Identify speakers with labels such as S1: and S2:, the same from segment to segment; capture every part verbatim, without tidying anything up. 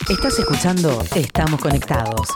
S1: Estás escuchando Estamos Conectados.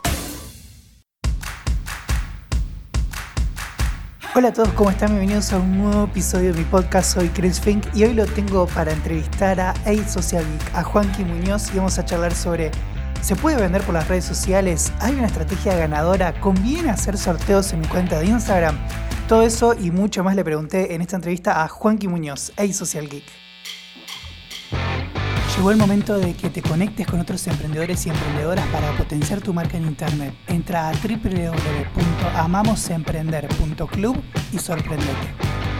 S2: Hola a todos, ¿cómo están? Bienvenidos a un nuevo episodio de mi podcast. Soy Chris Fink y hoy lo tengo para entrevistar a A-Social Geek, a Juanqui Muñoz, y vamos a charlar sobre ¿se puede vender por las redes sociales? ¿Hay una estrategia ganadora? ¿Conviene hacer sorteos en mi cuenta de Instagram? Todo eso y mucho más le pregunté en esta entrevista a Juanqui Muñoz, A-Social Geek. Llegó el momento de que te conectes con otros emprendedores y emprendedoras para potenciar tu marca en internet. Entra a doble u doble u doble u punto amamos emprender punto club y sorprendete.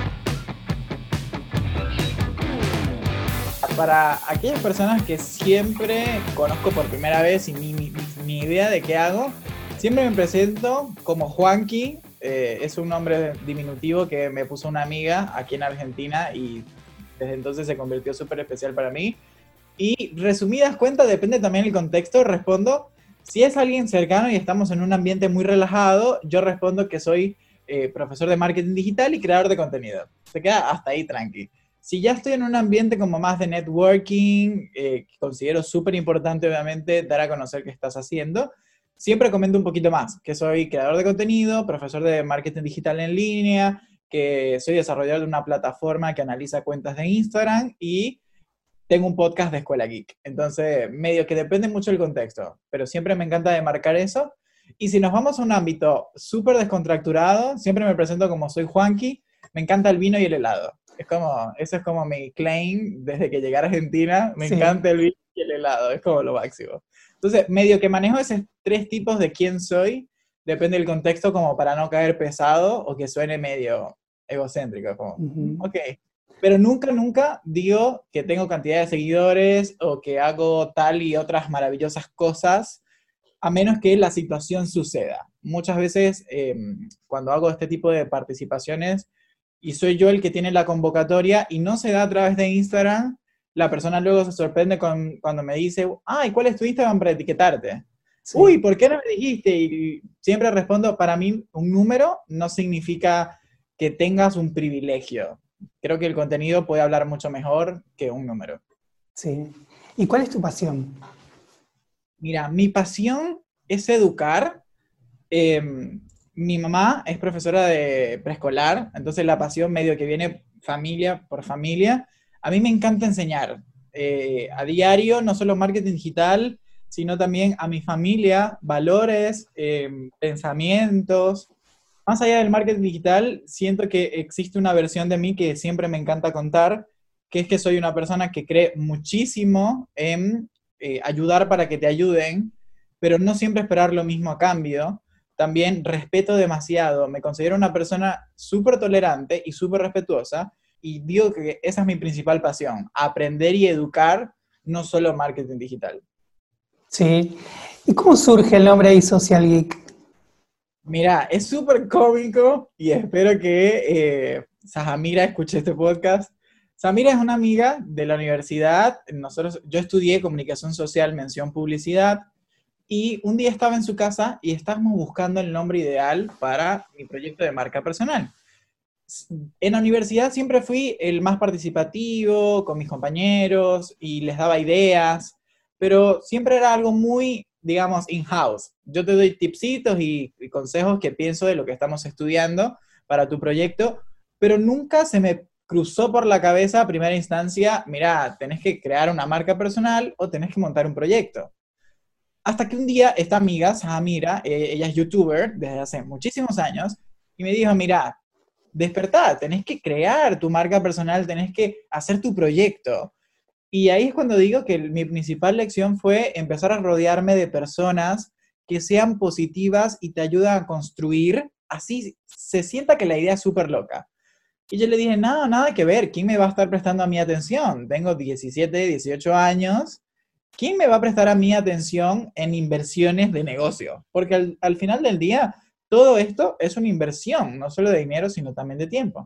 S3: Para aquellas personas que siempre conozco por primera vez y ni, ni, ni idea de qué hago, siempre me presento como Juanqui. Eh, es un nombre diminutivo que me puso una amiga aquí en Argentina y desde entonces se convirtió súper especial para mí. Y resumidas cuentas, depende también del contexto, respondo. Si es alguien cercano y estamos en un ambiente muy relajado, yo respondo que soy eh, profesor de marketing digital y creador de contenido. Se queda hasta ahí tranqui. Si ya estoy en un ambiente como más de networking, eh, que considero súper importante, obviamente, dar a conocer qué estás haciendo, siempre comento un poquito más, que soy creador de contenido, profesor de marketing digital en línea, que soy desarrollador de una plataforma que analiza cuentas de Instagram y tengo un podcast de Escuela Geek. Entonces, medio que depende mucho del contexto, pero siempre me encanta demarcar eso. Y si nos vamos a un ámbito súper descontracturado, siempre me presento como soy Juanqui, me encanta el vino y el helado. Es como, eso es como mi claim desde que llegué a Argentina, me
S2: Sí.
S3: encanta el vino y el helado, es como lo máximo. Entonces, medio que manejo esos tres tipos de quién soy, depende del contexto como para no caer pesado o que suene medio egocéntrico, como,
S2: Uh-huh.
S3: ok. Pero nunca, nunca digo que tengo cantidad de seguidores o que hago tal y otras maravillosas cosas, a menos que la situación suceda. Muchas veces, eh, cuando hago este tipo de participaciones, y soy yo el que tiene la convocatoria y no se da a través de Instagram, la persona luego se sorprende con, cuando me dice, ay, ¿cuál es tu Instagram para etiquetarte? Sí. Uy, ¿por qué no me dijiste? Y siempre respondo, para mí un número no significa que tengas un privilegio. Creo que el contenido puede hablar mucho mejor que un número.
S2: Sí. ¿Y cuál es tu pasión?
S3: Mira, mi pasión es educar. Eh, mi mamá es profesora de preescolar, entonces la pasión medio que viene familia por familia. A mí me encanta enseñar eh, a diario, no solo marketing digital, sino también a mi familia, valores, eh, pensamientos. Más allá del marketing digital, siento que existe una versión de mí que siempre me encanta contar, que es que soy una persona que cree muchísimo en eh, ayudar para que te ayuden, pero no siempre esperar lo mismo a cambio. También respeto demasiado, me considero una persona súper tolerante y súper respetuosa, y digo que esa es mi principal pasión, aprender y educar, no solo marketing digital.
S2: Sí. ¿Y cómo surge el nombre A-Social Geek?
S3: Mira, es súper cómico y espero que eh, Samira escuche este podcast. Samira es una amiga de la universidad. Nosotros, yo estudié comunicación social, mención publicidad, y un día estaba en su casa y estábamos buscando el nombre ideal para mi proyecto de marca personal. En la universidad siempre fui el más participativo con mis compañeros y les daba ideas, pero siempre era algo muy, digamos, in-house. Yo te doy tipsitos y, y consejos que pienso de lo que estamos estudiando para tu proyecto, pero nunca se me cruzó por la cabeza a primera instancia, mira, tenés que crear una marca personal o tenés que montar un proyecto. Hasta que un día esta amiga, Samira, eh, ella es youtuber desde hace muchísimos años, y me dijo, mira, despertá, tenés que crear tu marca personal, tenés que hacer tu proyecto. Y ahí es cuando digo que mi principal lección fue empezar a rodearme de personas que sean positivas y te ayudan a construir, así se sienta que la idea es súper loca. Y yo le dije, nada, nada que ver, ¿quién me va a estar prestando a mi atención? Tengo diecisiete, dieciocho años, ¿quién me va a prestar a mi atención en inversiones de negocio? Porque al, al final del día, todo esto es una inversión, no solo de dinero, sino también de tiempo.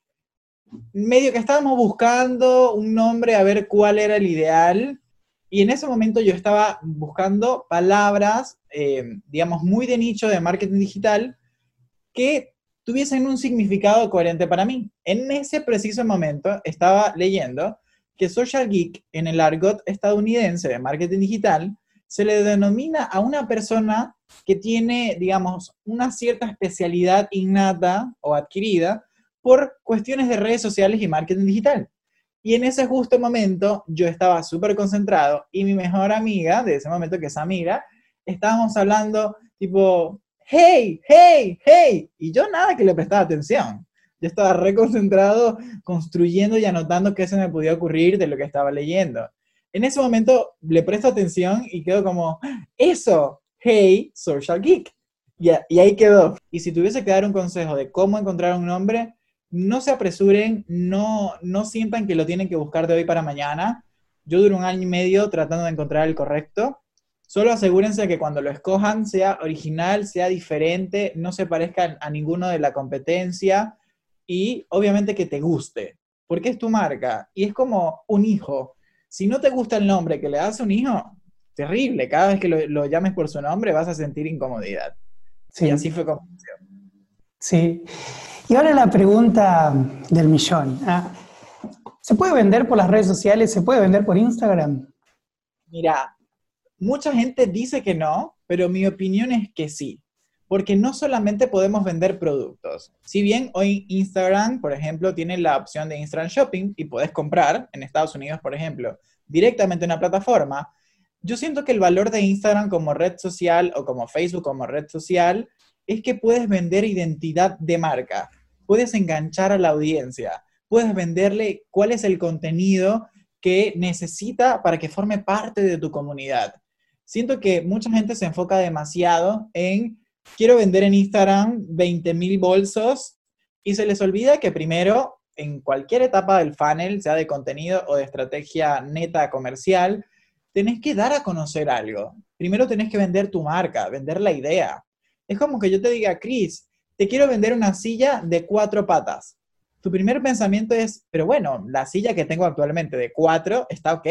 S3: Medio que estábamos buscando un nombre a ver cuál era el ideal, y en ese momento yo estaba buscando palabras, eh, digamos, muy de nicho de marketing digital, que tuviesen un significado coherente para mí. En ese preciso momento estaba leyendo que Social Geek, en el argot estadounidense de marketing digital, se le denomina a una persona que tiene, digamos, una cierta especialidad innata o adquirida por cuestiones de redes sociales y marketing digital. Y en ese justo momento yo estaba súper concentrado y mi mejor amiga de ese momento, que es Samira, estábamos hablando tipo, hey, hey, hey, y yo nada que le prestaba atención. Yo estaba reconcentrado construyendo y anotando qué se me podía ocurrir de lo que estaba leyendo. En ese momento le presto atención y quedo como, eso, hey, social geek. Y, y ahí quedó. Y si tuviese que dar un consejo de cómo encontrar un nombre, no se apresuren, no, no sientan que lo tienen que buscar de hoy para mañana. Yo duré un año y medio tratando de encontrar el correcto. Solo asegúrense que cuando lo escojan sea original, sea diferente, no se parezca a ninguno de la competencia y obviamente que te guste, porque es tu marca y es como un hijo. Si no te gusta el nombre que le das a un hijo, terrible, cada vez que lo, lo llames por su nombre vas a sentir incomodidad.
S2: Sí.
S3: Y así fue como funcionó.
S2: Sí. Y ahora la pregunta del millón. ¿Ah? ¿Se puede vender por las redes sociales? ¿Se puede vender por Instagram?
S3: Mira, mucha gente dice que no, pero mi opinión es que sí. Porque no solamente podemos vender productos. Si bien hoy Instagram, por ejemplo, tiene la opción de Instagram Shopping y puedes comprar en Estados Unidos, por ejemplo, directamente en una plataforma, yo siento que el valor de Instagram como red social o como Facebook como red social es que puedes vender identidad de marca, puedes enganchar a la audiencia, puedes venderle cuál es el contenido que necesita para que forme parte de tu comunidad. Siento que mucha gente se enfoca demasiado en quiero vender en Instagram veinte mil bolsos y se les olvida que primero, en cualquier etapa del funnel, sea de contenido o de estrategia neta comercial, tenés que dar a conocer algo. Primero tenés que vender tu marca, vender la idea. Es como que yo te diga, Chris, te quiero vender una silla de cuatro patas. Tu primer pensamiento es, pero bueno, la silla que tengo actualmente de cuatro está ok.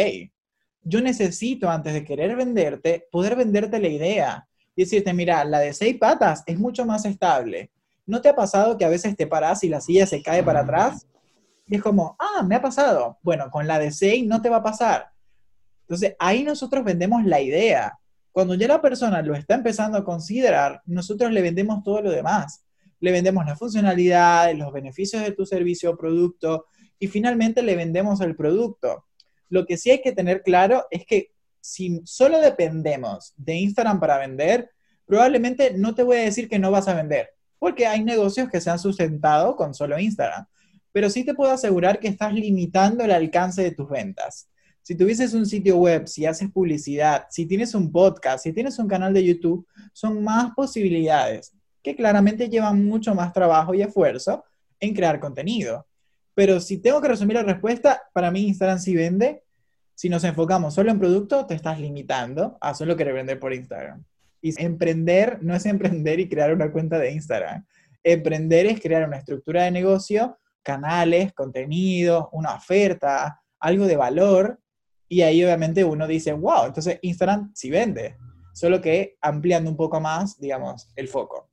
S3: Yo necesito, antes de querer venderte, poder venderte la idea. Y decirte, mira, la de seis patas es mucho más estable. ¿No te ha pasado que a veces te paras y la silla se cae para atrás? Y es como, ah, me ha pasado. Bueno, con la de seis no te va a pasar. Entonces, ahí nosotros vendemos la idea. Cuando ya la persona lo está empezando a considerar, nosotros le vendemos todo lo demás. Le vendemos las funcionalidades, los beneficios de tu servicio o producto, y finalmente le vendemos el producto. Lo que sí hay que tener claro es que si solo dependemos de Instagram para vender, probablemente no te voy a decir que no vas a vender, porque hay negocios que se han sustentado con solo Instagram. Pero sí te puedo asegurar que estás limitando el alcance de tus ventas. Si tuvieses un sitio web, si haces publicidad, si tienes un podcast, si tienes un canal de YouTube, son más posibilidades que claramente llevan mucho más trabajo y esfuerzo en crear contenido. Pero si tengo que resumir la respuesta, para mí Instagram sí vende. Si nos enfocamos solo en producto, te estás limitando a solo querer vender por Instagram. Y emprender no es emprender y crear una cuenta de Instagram. Emprender es crear una estructura de negocio, canales, contenido, una oferta, algo de valor. Y ahí obviamente uno dice, wow, entonces Instagram sí vende. Solo que ampliando un poco más, digamos, el foco.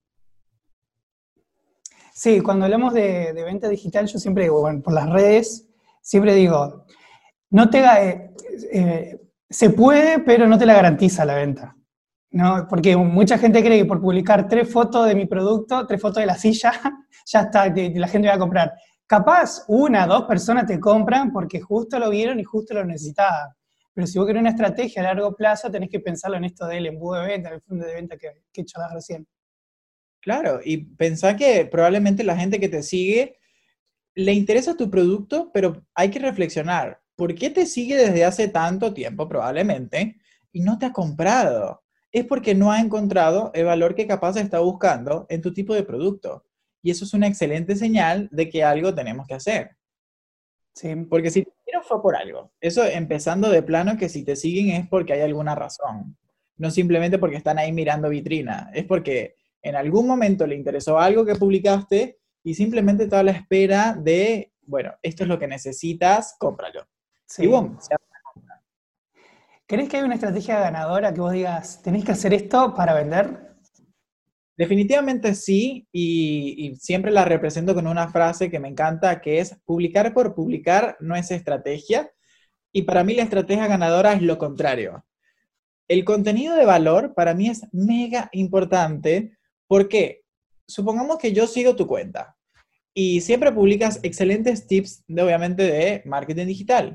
S2: Sí, cuando hablamos de, de venta digital, yo siempre digo, bueno, por las redes, siempre digo, no te, eh, eh, se puede, pero no te la garantiza la venta, ¿no? Porque mucha gente cree que por publicar tres fotos de mi producto, tres fotos de la silla, ya está, te, la gente va a comprar. Capaz una, dos personas te compran porque justo lo vieron y justo lo necesitaban. Pero si vos querés una estrategia a largo plazo, tenés que pensarlo en esto del embudo de venta, en el fondo de venta que, que charlas recién.
S3: Claro, y pensá que probablemente la gente que te sigue le interesa tu producto, pero hay que reflexionar. ¿Por qué te sigue desde hace tanto tiempo probablemente y no te ha comprado? Es porque no ha encontrado el valor que capaz está buscando en tu tipo de producto. Y eso es una excelente señal de que algo tenemos que hacer.
S2: Sí.
S3: Porque si te siguieron fue por algo. Eso empezando de plano que si te siguen es porque hay alguna razón. No simplemente porque están ahí mirando vitrina. Es porque en algún momento le interesó algo que publicaste y simplemente está a la espera de, bueno, esto es lo que necesitas, cómpralo.
S2: Sí.
S3: Y boom, se hace la compra.
S2: ¿Crees que hay una estrategia ganadora que vos digas, tenés que hacer esto para vender?
S3: Definitivamente sí, y, y siempre la represento con una frase que me encanta, que es publicar por publicar no es estrategia, y para mí la estrategia ganadora es lo contrario. el contenido de valor para mí es mega importante porque supongamos que yo sigo tu cuenta y siempre publicas excelentes tips, de, obviamente, de marketing digital.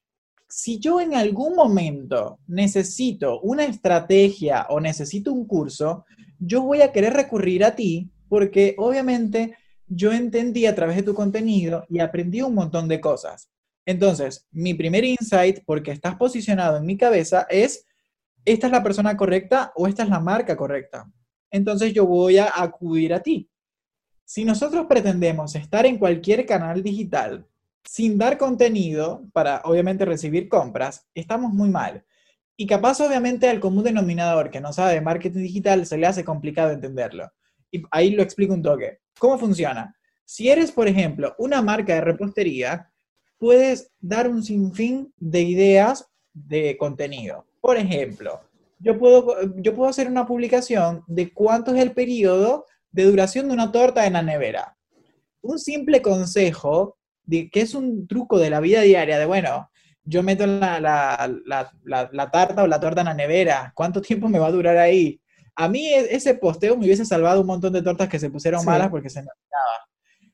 S3: Si yo en algún momento necesito una estrategia o necesito un curso, yo voy a querer recurrir a ti porque obviamente yo entendí a través de tu contenido y aprendí un montón de cosas. Entonces, mi primer insight, porque estás posicionado en mi cabeza, es, ¿esta es la persona correcta o esta es la marca correcta? Entonces yo voy a acudir a ti. Si nosotros pretendemos estar en cualquier canal digital sin dar contenido para, obviamente, recibir compras, estamos muy mal. Y capaz, obviamente, al común denominador que no sabe de marketing digital se le hace complicado entenderlo. Y ahí lo explico un toque. ¿Cómo funciona? Si eres, por ejemplo, una marca de repostería, puedes dar un sinfín de ideas de contenido. Por ejemplo, yo puedo, yo puedo hacer una publicación de cuánto es el periodo de duración de una torta en la nevera. Un simple consejo, de, que es un truco de la vida diaria, de bueno, yo meto la, la, la, la, la tarta o la torta en la nevera, ¿cuánto tiempo me va a durar ahí? A mí ese posteo me hubiese salvado un montón de tortas que se pusieron sí. malas porque se me olvidaba.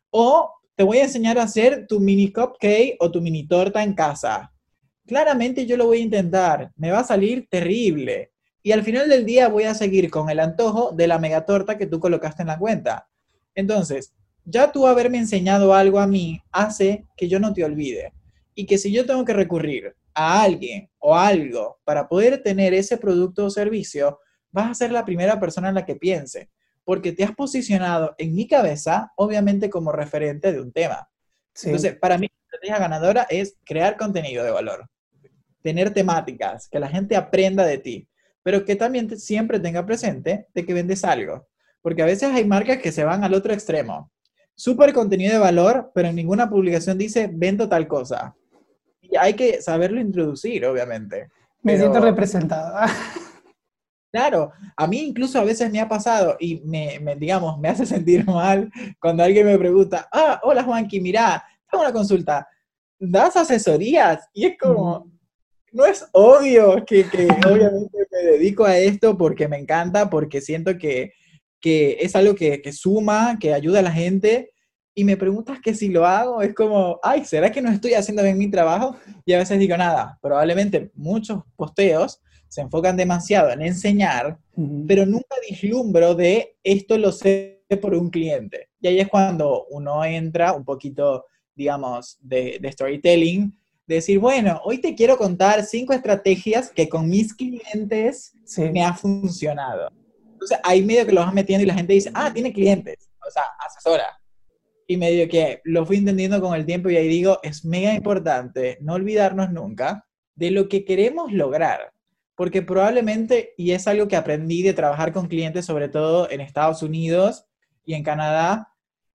S3: O te voy a enseñar a hacer tu mini cupcake o tu mini torta en casa. Claramente yo lo voy a intentar, me va a salir terrible. Y al final del día voy a seguir con el antojo de la mega torta que tú colocaste en la cuenta. Entonces, ya tú haberme enseñado algo a mí hace que yo no te olvide. Y que si yo tengo que recurrir a alguien o algo para poder tener ese producto o servicio, vas a ser la primera persona en la que piense. Porque te has posicionado en mi cabeza, obviamente, como referente de un tema. Sí. Entonces, para mí, la estrategia ganadora es crear contenido de valor. Tener temáticas, que la gente aprenda de ti. Pero que también te, siempre tenga presente de que vendes algo. Porque a veces hay marcas que se van al otro extremo. Súper contenido de valor, pero en ninguna publicación dice, vendo tal cosa. Y hay que saberlo introducir, obviamente.
S2: Me
S3: pero,
S2: siento representada.
S3: Claro, a mí incluso a veces me ha pasado y me, me, digamos, me hace sentir mal cuando alguien me pregunta, ah, hola Juanqui, mira, tengo una consulta, ¿das asesorías? Y es como... Mm. No es obvio que, que obviamente me dedico a esto porque me encanta, porque siento que, que es algo que, que suma, que ayuda a la gente, y me preguntas que si lo hago, es como, ay, ¿será que no estoy haciendo bien mi trabajo? Y a veces digo nada, probablemente muchos posteos se enfocan demasiado en enseñar, uh-huh. pero nunca vislumbro de esto lo sé por un cliente. Y ahí es cuando uno entra un poquito, digamos, de, de storytelling, de decir, bueno, hoy te quiero contar cinco estrategias que con mis clientes sí. me ha funcionado. Entonces, ahí medio que lo vas metiendo y la gente dice, ah, tiene clientes, o sea, asesora. Y medio que lo fui entendiendo con el tiempo y ahí digo, es mega importante no olvidarnos nunca de lo que queremos lograr. Porque probablemente, y es algo que aprendí de trabajar con clientes, sobre todo en Estados Unidos y en Canadá,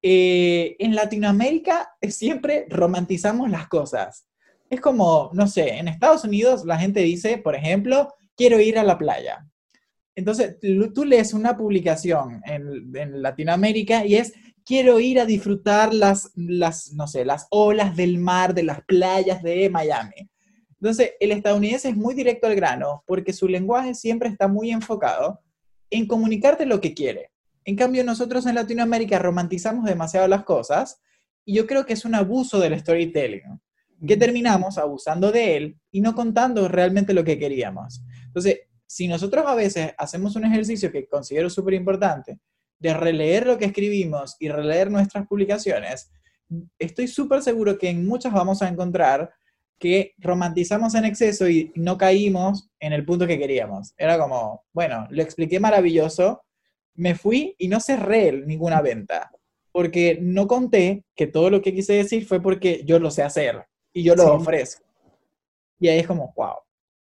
S3: eh, en Latinoamérica siempre romantizamos las cosas. Es como, no sé, en Estados Unidos la gente dice, por ejemplo, quiero ir a la playa. Entonces, tú lees una publicación en, en Latinoamérica y es, quiero ir a disfrutar las, las, no sé, las olas del mar, de las playas de Miami. Entonces, el estadounidense es muy directo al grano porque su lenguaje siempre está muy enfocado en comunicarte lo que quiere. En cambio, nosotros en Latinoamérica romantizamos demasiado las cosas y yo creo que es un abuso del storytelling, que terminamos abusando de él y no contando realmente lo que queríamos. Entonces, si nosotros a veces hacemos un ejercicio que considero súper importante, de releer lo que escribimos y releer nuestras publicaciones, estoy súper seguro que en muchas vamos a encontrar que romantizamos en exceso y no caímos en el punto que queríamos. Era como, bueno, lo expliqué maravilloso, me fui y no cerré ninguna venta, porque no conté que todo lo que quise decir fue porque yo lo sé hacer. Y yo lo sí. ofrezco. Y ahí es como, wow.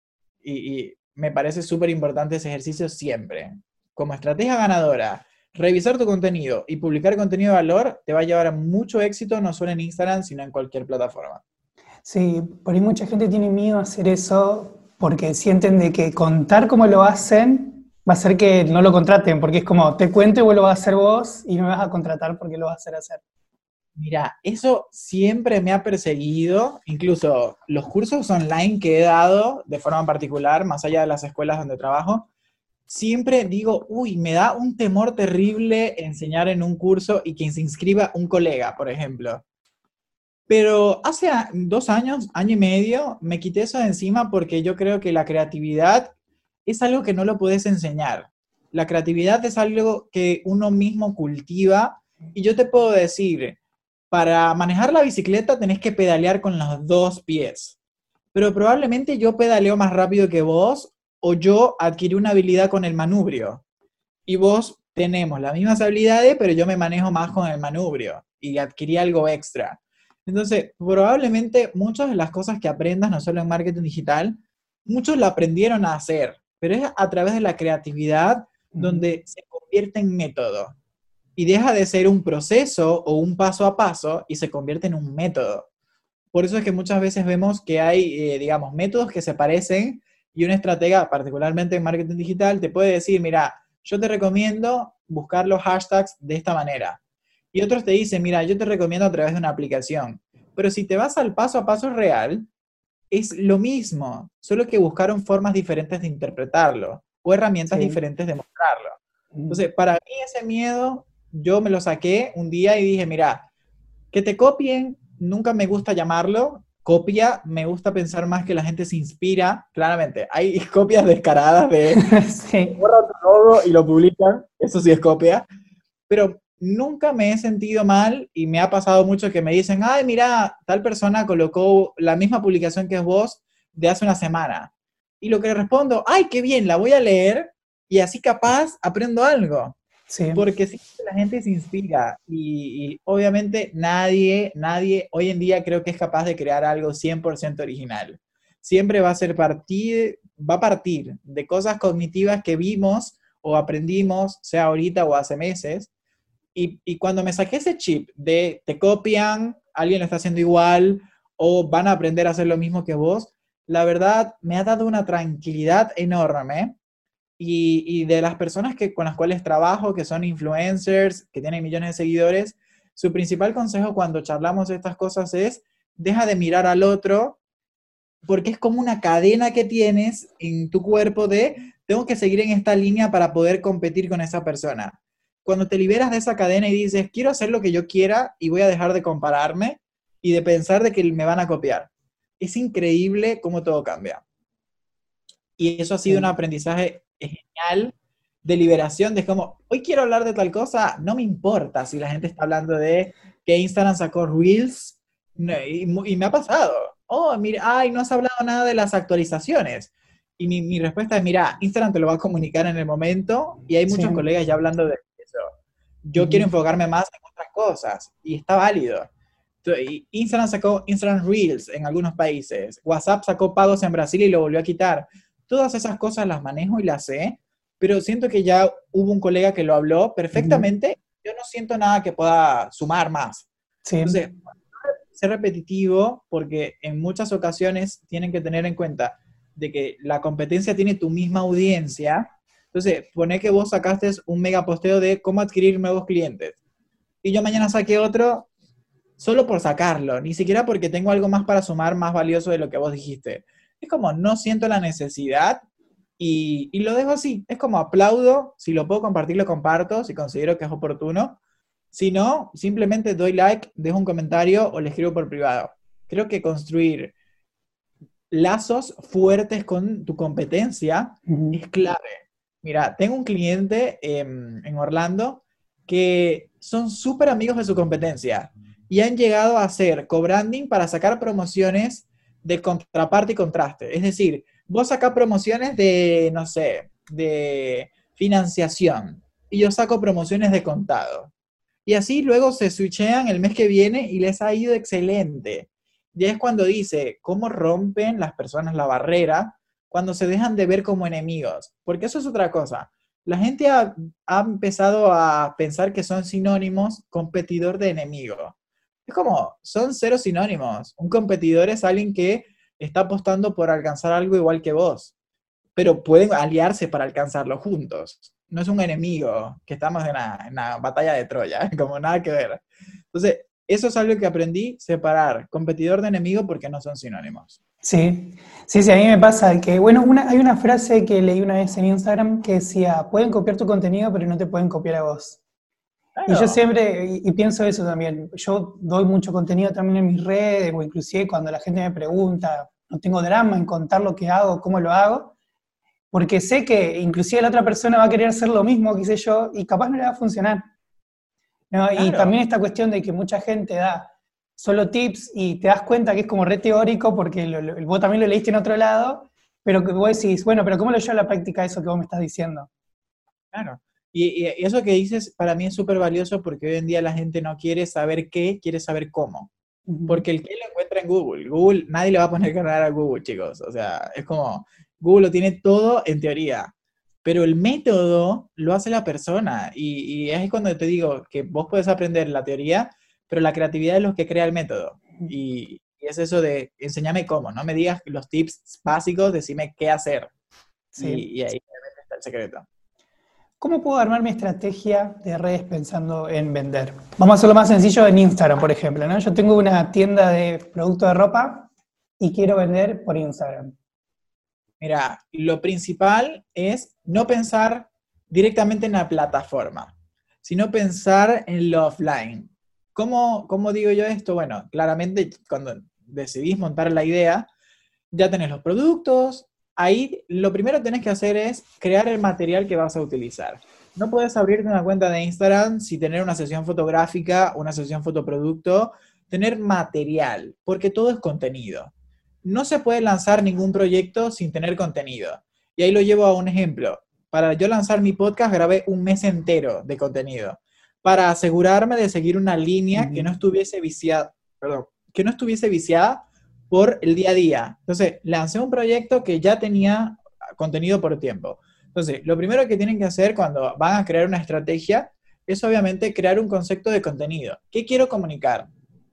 S3: Y, y me parece súper importante ese ejercicio siempre. Como estrategia ganadora, revisar tu contenido y publicar contenido de valor te va a llevar a mucho éxito, no solo en Instagram, sino en cualquier plataforma.
S2: Sí, por ahí mucha gente tiene miedo a hacer eso porque sienten de que contar cómo lo hacen va a hacer que no lo contraten, porque es como, te cuento y vos lo vas a hacer vos y no me vas a contratar porque lo vas a hacer hacer.
S3: Mira, eso siempre me ha perseguido, incluso los cursos online que he dado de forma particular, más allá de las escuelas donde trabajo, siempre digo, uy, me da un temor terrible enseñar en un curso y que se inscriba un colega, por ejemplo. Pero hace a- dos años, año y medio, me quité eso de encima porque yo creo que la creatividad es algo que no lo puedes enseñar. La creatividad es algo que uno mismo cultiva y yo te puedo decir, para manejar la bicicleta tenés que pedalear con los dos pies, pero probablemente yo pedaleo más rápido que vos o yo adquirí una habilidad con el manubrio y vos tenemos las mismas habilidades, pero yo me manejo más con el manubrio y adquirí algo extra. Entonces, probablemente muchas de las cosas que aprendas, no solo en marketing digital, muchos la aprendieron a hacer, pero es a través de la creatividad
S2: Ujú.
S3: donde se convierte en método y deja de ser un proceso o un paso a paso y se convierte en un método. Por eso es que muchas veces vemos que hay, eh, digamos, métodos que se parecen y un estratega, particularmente en marketing digital, te puede decir, mira, yo te recomiendo buscar los hashtags de esta manera. Y otros te dicen, mira, yo te recomiendo a través de una aplicación. Pero si te vas al paso a paso real, es lo mismo, solo que buscaron formas diferentes de interpretarlo o herramientas
S2: Sí.
S3: diferentes de mostrarlo.
S2: Ujú.
S3: Entonces, para mí ese miedo, yo me lo saqué un día y dije, mira, que te copien, nunca me gusta llamarlo copia, me gusta pensar más que la gente se inspira, claramente, hay copias descaradas de
S2: Sí.
S3: borran tu logo y lo publican, eso sí es copia, pero nunca me he sentido mal y me ha pasado mucho que me dicen, ay, mira, tal persona colocó la misma publicación que es vos de hace una semana. Y lo que le respondo, ay, qué bien, la voy a leer y así capaz aprendo algo.
S2: Sí.
S3: Porque sí, la gente se inspira y, y obviamente nadie, nadie hoy en día creo que es capaz de crear algo cien por ciento original. Siempre va a ser partir, va a partir de cosas cognitivas que vimos o aprendimos, sea ahorita o hace meses. Y, y cuando me saqué ese chip de te copian, alguien lo está haciendo igual o van a aprender a hacer lo mismo que vos, la verdad me ha dado una tranquilidad enorme y, y de las personas que, con las cuales trabajo, que son influencers, que tienen millones de seguidores, su principal consejo cuando charlamos de estas cosas es, deja de mirar al otro, porque es como una cadena que tienes en tu cuerpo de, tengo que seguir en esta línea para poder competir con esa persona. Cuando te liberas de esa cadena y dices, quiero hacer lo que yo quiera y voy a dejar de compararme y de pensar de que me van a copiar. Es increíble cómo todo cambia. Y eso ha sido un
S2: Sí.
S3: aprendizaje genial de liberación, de como, hoy quiero hablar de tal cosa, no me importa si la gente está hablando de que Instagram sacó Reels, no, y, y, me ha pasado, oh, mira, ay, no has hablado nada de las actualizaciones. Y mi, mi respuesta es, mira, Instagram te lo va a comunicar en el momento y hay
S2: Sí.
S3: muchos colegas ya hablando de eso. Yo quiero
S2: Ujú.
S3: enfocarme más en otras cosas y está válido. Instagram sacó Instagram Reels en algunos países, WhatsApp sacó pagos en Brasil y lo volvió a quitar. Todas esas cosas las manejo y las sé, pero siento que ya hubo un colega que lo habló
S2: Ujú.
S3: perfectamente, yo no siento nada que pueda sumar más.
S2: Sí.
S3: Entonces, ser repetitivo, porque en muchas ocasiones tienen que tener en cuenta de que la competencia tiene tu misma audiencia. Entonces, pone que vos sacaste un mega posteo de cómo adquirir nuevos clientes. Y yo mañana saqué otro solo por sacarlo, ni siquiera porque tengo algo más para sumar más valioso de lo que vos dijiste. Es como no siento la necesidad y, y lo dejo así. Es como aplaudo, si lo puedo compartir, lo comparto, si considero que es oportuno. Si no, simplemente doy like, dejo un comentario o le escribo por privado. Creo que construir lazos fuertes con tu competencia
S2: Ujú.
S3: es clave. Mira, tengo un cliente en, en Orlando que son súper amigos de su competencia y han llegado a hacer co-branding para sacar promociones de contraparte y contraste. Es decir, vos sacás promociones de, no sé, de financiación y yo saco promociones de contado. Y así luego se switchean el mes que viene y les ha ido excelente. Ya es cuando dice, ¿cómo rompen las personas la barrera cuando se dejan de ver como enemigos? Porque eso es otra cosa. La gente ha, ha empezado a pensar que son sinónimos competidor de enemigo. Es como, son cero sinónimos. Un competidor es alguien que está apostando por alcanzar algo igual que vos, pero pueden aliarse para alcanzarlo juntos. No es un enemigo que estamos en una, en una batalla de Troya, como nada que ver. Entonces, Eso es algo que aprendí, separar competidor de enemigo porque no son sinónimos.
S2: Sí, sí, sí, a mí me pasa que, bueno, una, hay una frase que leí una vez en Instagram que decía, pueden copiar tu contenido, pero no te pueden copiar a vos. Y yo
S3: Claro,
S2: siempre, y, y pienso eso también, yo doy mucho contenido también en mis redes, o inclusive cuando la gente me pregunta, no tengo drama en contar lo que hago, cómo lo hago, porque sé que inclusive la otra persona va a querer hacer lo mismo, qué sé yo, y capaz no le va a funcionar, ¿no? Y
S3: claro.
S2: también esta cuestión de que mucha gente da solo tips y te das cuenta que es como re teórico porque lo, lo- vos también lo leíste en otro lado, pero que vos decís, bueno, pero ¿cómo lo llevo a la práctica eso que vos me estás diciendo?
S3: Claro. Y, y eso que dices para mí es súper valioso porque hoy en día la gente no quiere saber qué, quiere saber cómo.
S2: Ujú.
S3: Porque el qué lo encuentra en Google. Google, nadie le va a poner cargar a Google, chicos. O sea, es como, Google lo tiene todo en teoría. Pero el método lo hace la persona. Y, y es cuando te digo que vos puedes aprender la teoría, pero la creatividad es lo que crea el método. Y, y es eso de, enséñame cómo, no me digas los tips básicos, decime qué hacer.
S2: Sí.
S3: Y, y ahí realmente está el secreto.
S2: ¿Cómo puedo armar mi estrategia de redes pensando en vender? Vamos a hacerlo más sencillo en Instagram, por ejemplo, ¿no? Yo tengo una tienda de productos de ropa y quiero vender por Instagram.
S3: Mira, lo principal es no pensar directamente en la plataforma, sino pensar en lo offline. ¿Cómo, cómo digo yo esto? Bueno, claramente cuando decidís montar la idea, ya tenés los productos, ahí lo primero que tenés que hacer es crear el material que vas a utilizar. No puedes abrirte una cuenta de Instagram sin tener una sesión fotográfica, una sesión fotoproducto, tener material, porque todo es contenido. No se puede lanzar ningún proyecto sin tener contenido. Y ahí lo llevo a un ejemplo. Para yo lanzar mi podcast grabé un mes entero de contenido para asegurarme de seguir una línea que no
S2: Ujú.
S3: estuviese viciada, perdón, que no estuviese viciada por el día a día. Entonces, lancé un proyecto que ya tenía contenido por tiempo. Entonces, lo primero que tienen que hacer cuando van a crear una estrategia es obviamente crear un concepto de contenido. ¿Qué quiero comunicar?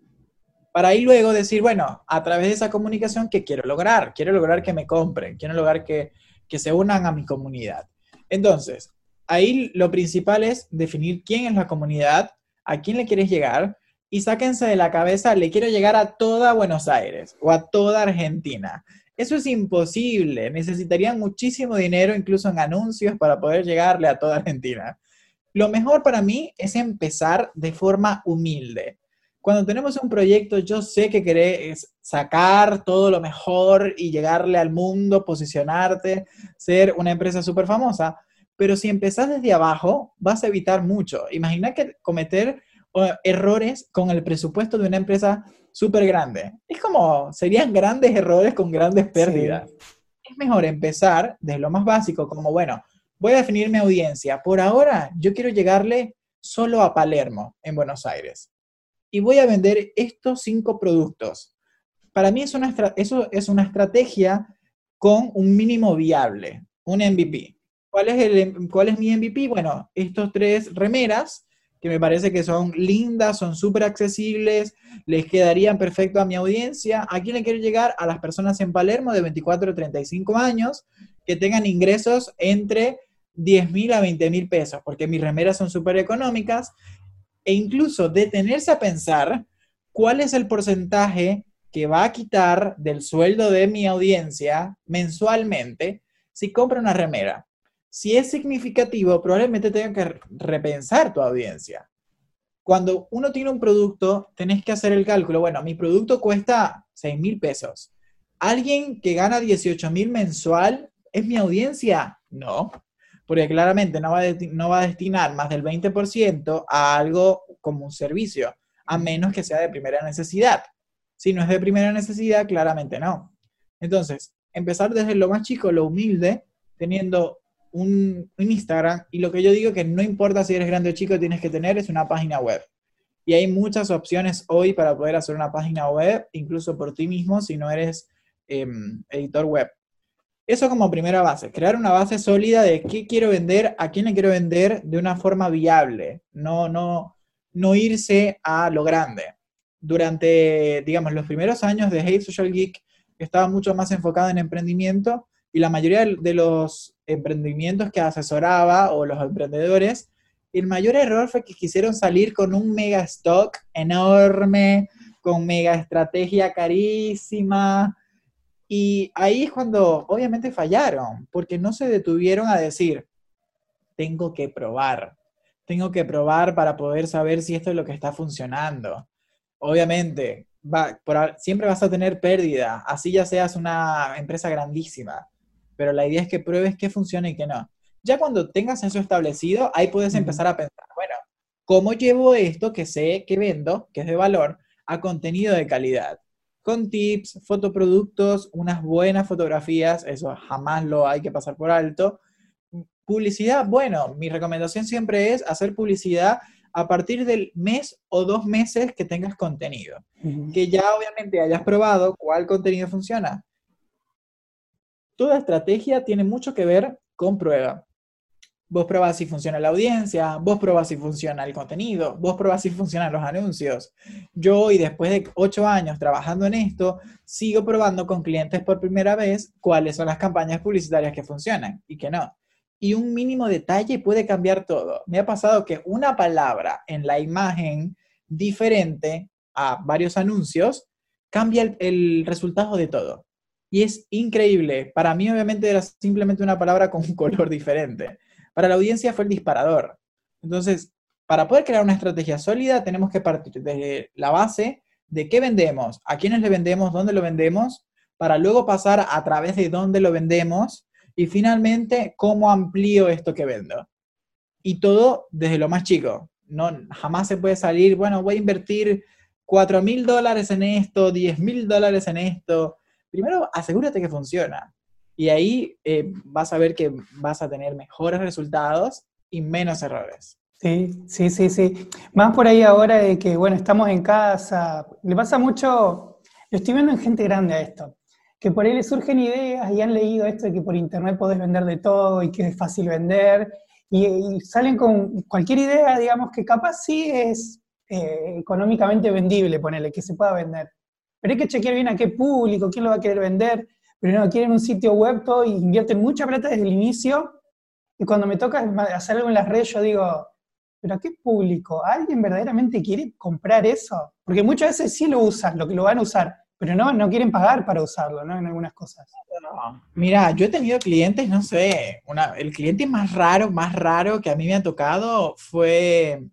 S3: Para ahí luego decir, bueno, a través de esa comunicación, ¿qué quiero lograr? Quiero lograr que me compren, quiero lograr que, que se unan a mi comunidad. Entonces, ahí lo principal es definir quién es la comunidad, a quién le quieres llegar y sáquense de la cabeza, le quiero llegar a toda Buenos Aires o a toda Argentina. Eso es imposible, necesitarían muchísimo dinero incluso en anuncios para poder llegarle a toda Argentina. Lo mejor para mí es empezar de forma humilde. Cuando tenemos un proyecto, yo sé que querés sacar todo lo mejor y llegarle al mundo, posicionarte, ser una empresa súper famosa, pero si empezás desde abajo, vas a evitar mucho. Imagina que cometer uh, errores con el presupuesto de una empresa súper grande. Es como, serían grandes errores con grandes
S2: Sí.
S3: pérdidas. Es mejor empezar desde lo más básico, como, bueno, voy a definir mi audiencia. Por ahora, yo quiero llegarle solo a Palermo, en Buenos Aires. Y voy a vender estos cinco productos. Para mí es una, eso es una estrategia con un mínimo viable, un M V P. ¿Cuál es, el, ¿Cuál es mi M V P? Bueno, estos tres remeras, que me parece que son lindas, son súper accesibles, les quedarían perfecto a mi audiencia. ¿A quién le quiero llegar? A las personas en Palermo de veinticuatro a treinta y cinco años que tengan ingresos entre diez mil a veinte mil pesos, porque mis remeras son súper económicas, e incluso detenerse a pensar cuál es el porcentaje que va a quitar del sueldo de mi audiencia mensualmente si compra una remera. Si es significativo, probablemente tenga que repensar tu audiencia. Cuando uno tiene un producto, tenés que hacer el cálculo. Bueno, mi producto cuesta seis mil pesos. ¿Alguien que gana dieciocho mil mensual es mi audiencia? No, porque claramente no va, a no va a destinar más del veinte por ciento a algo como un servicio, a menos que sea de primera necesidad. Si no es de primera necesidad, claramente no. Entonces, empezar desde lo más chico, lo humilde, teniendo un, un Instagram, y lo que yo digo que no importa si eres grande o chico, tienes que tener es una página web. Y hay muchas opciones hoy para poder hacer una página web, incluso por ti mismo, si no eres eh, editor web. Eso como primera base, crear una base sólida de qué quiero vender, a quién le quiero vender de una forma viable, no, no, no irse a lo grande. Durante, digamos, los primeros años de Hey Social Geek, estaba mucho más enfocado en emprendimiento y la mayoría de los emprendimientos que asesoraba o los emprendedores El mayor error fue que quisieron salir con un mega stock enorme, con mega estrategia carísima, y ahí es cuando obviamente fallaron, porque no se detuvieron a decir, tengo que probar, tengo que probar para poder saber si esto es lo que está funcionando. Obviamente, va, por, siempre vas a tener pérdida, así ya seas una empresa grandísima, pero la idea es que pruebes qué funciona y qué no. Ya cuando tengas eso establecido, ahí puedes empezar a pensar, bueno, ¿cómo llevo esto que sé que vendo, que es de valor, a contenido de calidad? Con tips, fotoproductos, unas buenas fotografías, eso jamás lo hay que pasar por alto. Publicidad, bueno, mi recomendación siempre es hacer publicidad a partir del mes o dos meses que tengas contenido. Uh-huh. Que ya obviamente hayas probado cuál contenido funciona. Toda estrategia tiene mucho que ver con prueba. Vos probás si funciona la audiencia, vos probás si funciona el contenido, vos probás si funcionan los anuncios. Yo hoy, después de ocho años trabajando en esto, sigo probando con clientes por primera vez cuáles son las campañas publicitarias que funcionan y que no. Y un mínimo detalle puede cambiar todo. Me ha pasado que una palabra en la imagen diferente a varios anuncios cambia el, el resultado de todo. Y es increíble. Para mí, obviamente, era simplemente una palabra con un color diferente. Para la audiencia fue el disparador. Entonces, para poder crear una estrategia sólida, tenemos que partir desde la base de qué vendemos, a quiénes le vendemos, dónde lo vendemos, para luego pasar a través de dónde lo vendemos y finalmente cómo amplío esto que vendo. Y todo desde lo más chico. No, jamás se puede salir, bueno, voy a invertir cuatro mil dólares en esto, diez mil dólares en esto. Primero, asegúrate que funciona. Y ahí eh, vas a ver que vas a tener mejores resultados y menos errores.
S2: Sí, sí, sí, sí. Más por ahí ahora de que, bueno, estamos en casa. Le pasa mucho, lo estoy viendo en gente grande a esto, que por ahí les surgen ideas y han leído esto de que por internet podés vender de todo y que es fácil vender. Y, y salen con cualquier idea, digamos, que capaz sí es eh, económicamente vendible, ponele, que se pueda vender. Pero hay que chequear bien a qué público, quién lo va a querer vender. Pero no, quieren un sitio web todo y invierten mucha plata desde el inicio. Y cuando me toca hacer algo en las redes, yo digo, ¿pero a qué público? ¿Alguien verdaderamente quiere comprar eso? Porque muchas veces sí lo usan, lo que lo van a usar, pero no, no quieren pagar para usarlo, ¿no? En algunas cosas.
S3: No. Mira, yo he tenido clientes, no sé, una, el cliente más raro, más raro que a mí me ha tocado fue,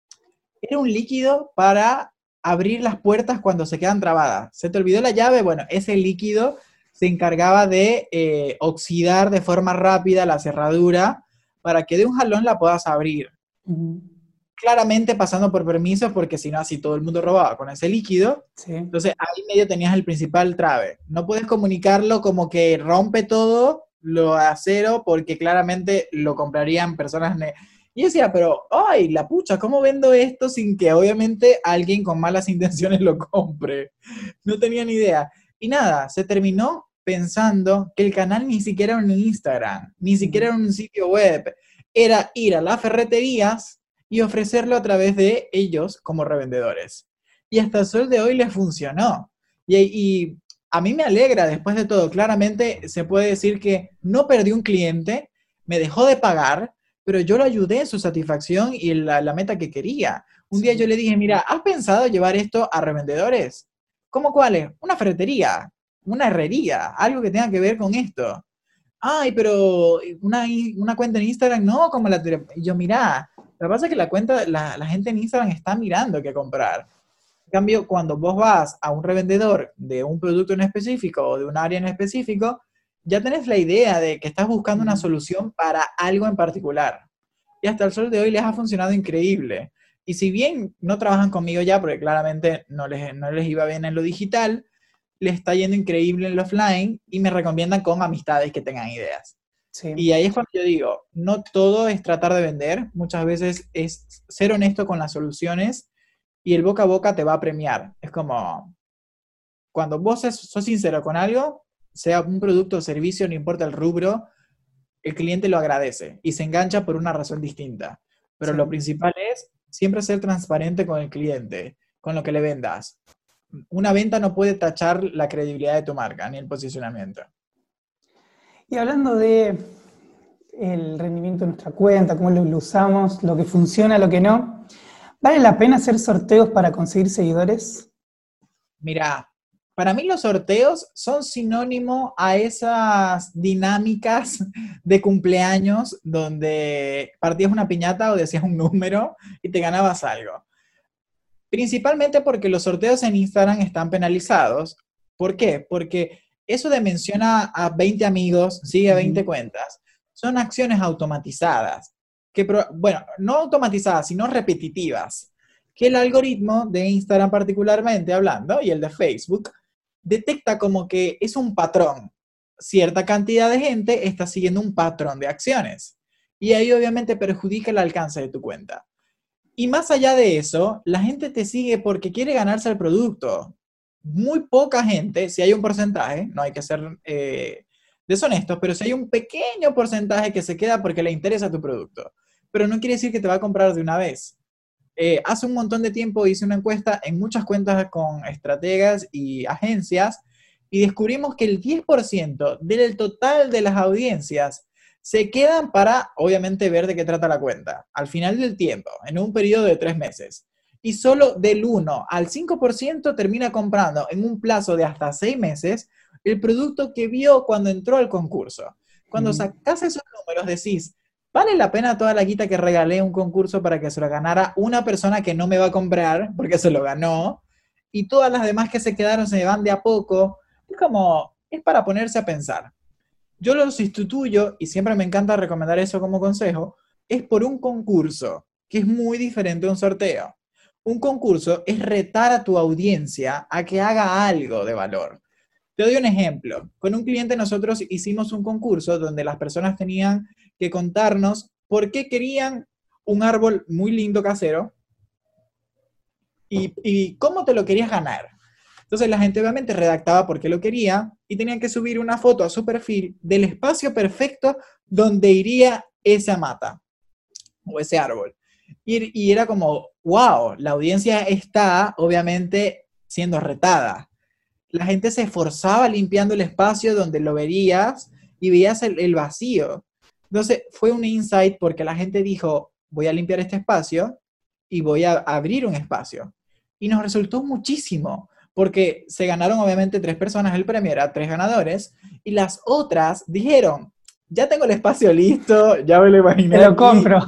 S3: era un líquido para abrir las puertas cuando se quedan trabadas. ¿Se te olvidó la llave? Bueno, ese líquido se encargaba de eh, oxidar de forma rápida la cerradura para que de un jalón la puedas abrir. Uh-huh. Claramente pasando por permisos, porque si no, así todo el mundo robaba con ese líquido. Sí. Entonces, ahí medio tenías el principal trave. No puedes comunicarlo como que rompe todo lo acero, porque claramente lo comprarían personas... Ne- y yo decía, pero, ay, la pucha, ¿cómo vendo esto sin que obviamente alguien con malas intenciones lo compre? No tenía ni idea. Y nada, se terminó pensando que el canal ni siquiera era un Instagram, ni siquiera era un sitio web. Era ir a las ferreterías y ofrecerlo a través de ellos como revendedores. Y hasta el sol de hoy les funcionó. Y, y a mí me alegra, después de todo, claramente se puede decir que no perdí un cliente, me dejó de pagar, pero yo lo ayudé en su satisfacción y la, la meta que quería. Un sí. día yo le dije, mira, ¿has pensado llevar esto a revendedores? ¿Cómo cuáles? Una ferretería, una herrería, algo que tenga que ver con esto. Ay, pero una, una cuenta en Instagram, no, como la... Y yo, mira, lo que pasa es que la cuenta, la, la gente en Instagram está mirando qué comprar. En cambio, cuando vos vas a un revendedor de un producto en específico o de un área en específico, ya tenés la idea de que estás buscando una solución para algo en particular. Y hasta el sol de hoy les ha funcionado increíble. Y si bien no trabajan conmigo ya, porque claramente no les, no les iba bien en lo digital, les está yendo increíble en lo offline y me recomiendan con amistades que tengan ideas. Sí. Y ahí es cuando yo digo, no todo es tratar de vender, muchas veces es ser honesto con las soluciones y el boca a boca te va a premiar. Es como, cuando vos sos sincero con algo, sea un producto o servicio, no importa el rubro, el cliente lo agradece y se engancha por una razón distinta. Pero sí. Lo principal es siempre ser transparente con el cliente, con lo que le vendas. Una venta no puede tachar la credibilidad de tu marca, ni el posicionamiento.
S2: Y hablando de el rendimiento de nuestra cuenta, cómo lo, lo usamos, lo que funciona, lo que no. ¿Vale la pena hacer sorteos para conseguir seguidores?
S3: Mira, para mí los sorteos son sinónimo a esas dinámicas de cumpleaños donde partías una piñata o decías un número y te ganabas algo. Principalmente porque los sorteos en Instagram están penalizados. ¿Por qué? Porque eso de menciona a veinte amigos, sigue veinte
S2: Ujú.
S3: cuentas, son acciones automatizadas. Que, pro- bueno, no automatizadas, sino repetitivas. Que el algoritmo de Instagram particularmente hablando, y el de Facebook, detecta como que es un patrón. Cierta cantidad de gente está siguiendo un patrón de acciones. Y ahí obviamente perjudica el alcance de tu cuenta. Y más allá de eso, la gente te sigue porque quiere ganarse el producto. Muy poca gente, si hay un porcentaje, no hay que ser eh, deshonestos, pero si hay un pequeño porcentaje que se queda porque le interesa tu producto. Pero no quiere decir que te va a comprar de una vez. Eh, hace un montón de tiempo hice una encuesta en muchas cuentas con estrategas y agencias y descubrimos que el diez por ciento del total de las audiencias se quedan para, obviamente, ver de qué trata la cuenta, al final del tiempo, en un periodo de tres meses. Y solo del uno al cinco por ciento termina comprando en un plazo de hasta seis meses el producto que vio cuando entró al concurso. Cuando
S2: Ujú.
S3: sacas esos números, decís, ¿vale la pena toda la guita que regalé un concurso para que se lo ganara una persona que no me va a comprar porque se lo ganó? Y todas las demás que se quedaron se van de a poco. Es como, es para ponerse a pensar. Yo lo sustituyo, y siempre me encanta recomendar eso como consejo, es por un concurso, que es muy diferente a un sorteo. Un concurso es retar a tu audiencia a que haga algo de valor. Te doy un ejemplo. Con un cliente nosotros hicimos un concurso donde las personas tenían que contarnos por qué querían un árbol muy lindo casero y, y cómo te lo querías ganar. Entonces la gente obviamente redactaba por qué lo quería y tenían que subir una foto a su perfil del espacio perfecto donde iría esa mata o ese árbol. Y, y era como, wow, la audiencia está obviamente siendo retada. La gente se esforzaba limpiando el espacio donde lo verías y veías el, el vacío. Entonces fue un insight porque la gente dijo, voy a limpiar este espacio y voy a abrir un espacio. Y nos resultó muchísimo, porque se ganaron obviamente tres personas el premio, era tres ganadores, y las otras dijeron, ya tengo el espacio listo, ya me lo
S2: Te
S3: imaginé
S2: lo
S3: aquí,
S2: compro.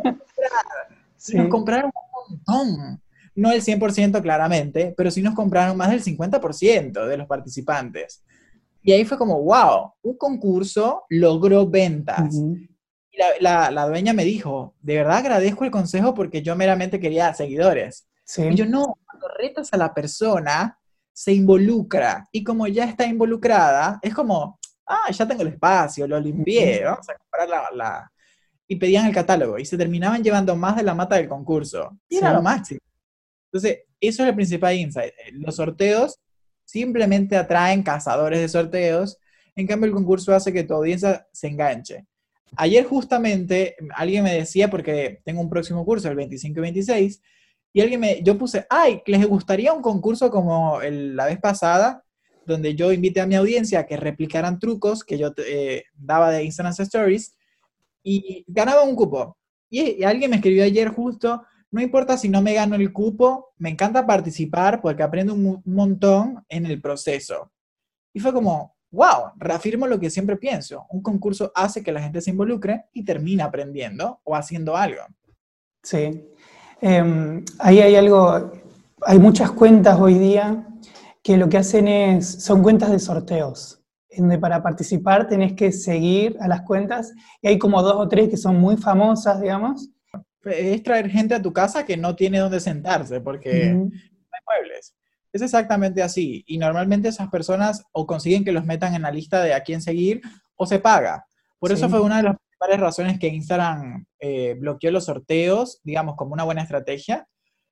S3: y nos
S2: Sí.
S3: compraron un montón. No el cien por ciento claramente, pero sí nos compraron más del cincuenta por ciento de los participantes. Y ahí fue como, wow, un concurso logró ventas.
S2: Ujú.
S3: Y la, la, la dueña me dijo, de verdad agradezco el consejo porque yo meramente quería seguidores. Y yo
S2: Sí.
S3: no, cuando retas a la persona, se involucra. Y como ya está involucrada, es como, ah, ya tengo el espacio, lo limpié,
S2: Ujú.
S3: vamos a comprar la, la... Y pedían el catálogo y se terminaban llevando más de la mata del concurso. Y era lo
S2: Sí.
S3: máximo. Entonces, eso es el principal insight. Los sorteos simplemente atraen cazadores de sorteos, en cambio el concurso hace que tu audiencia se enganche. Ayer justamente alguien me decía, porque tengo un próximo curso, el veinticinco y veintiséis, y alguien me, yo puse, ay, ¿les gustaría un concurso como el, la vez pasada, donde yo invité a mi audiencia a que replicaran trucos que yo eh, daba de Instagram Stories y ganaba un cupo? Y, y alguien me escribió ayer justo, no importa si no me gano el cupo, me encanta participar porque aprendo un, un montón en el proceso. Y fue como, wow, reafirmo lo que siempre pienso. Un concurso hace que la gente se involucre y termina aprendiendo o haciendo algo.
S2: Sí. Eh, ahí hay algo, hay muchas cuentas hoy día que lo que hacen es, son cuentas de sorteos, en donde para participar tenés que seguir a las cuentas, y hay como dos o tres que son muy famosas, digamos.
S3: Es traer gente a tu casa que no tiene dónde sentarse porque
S2: Ujú.
S3: no hay muebles. Es exactamente así. Y normalmente esas personas o consiguen que los metan en la lista de a quién seguir o se paga. Por eso fue
S2: Sí.
S3: una de las principales razones que Instagram eh, bloqueó los sorteos, digamos, como una buena estrategia,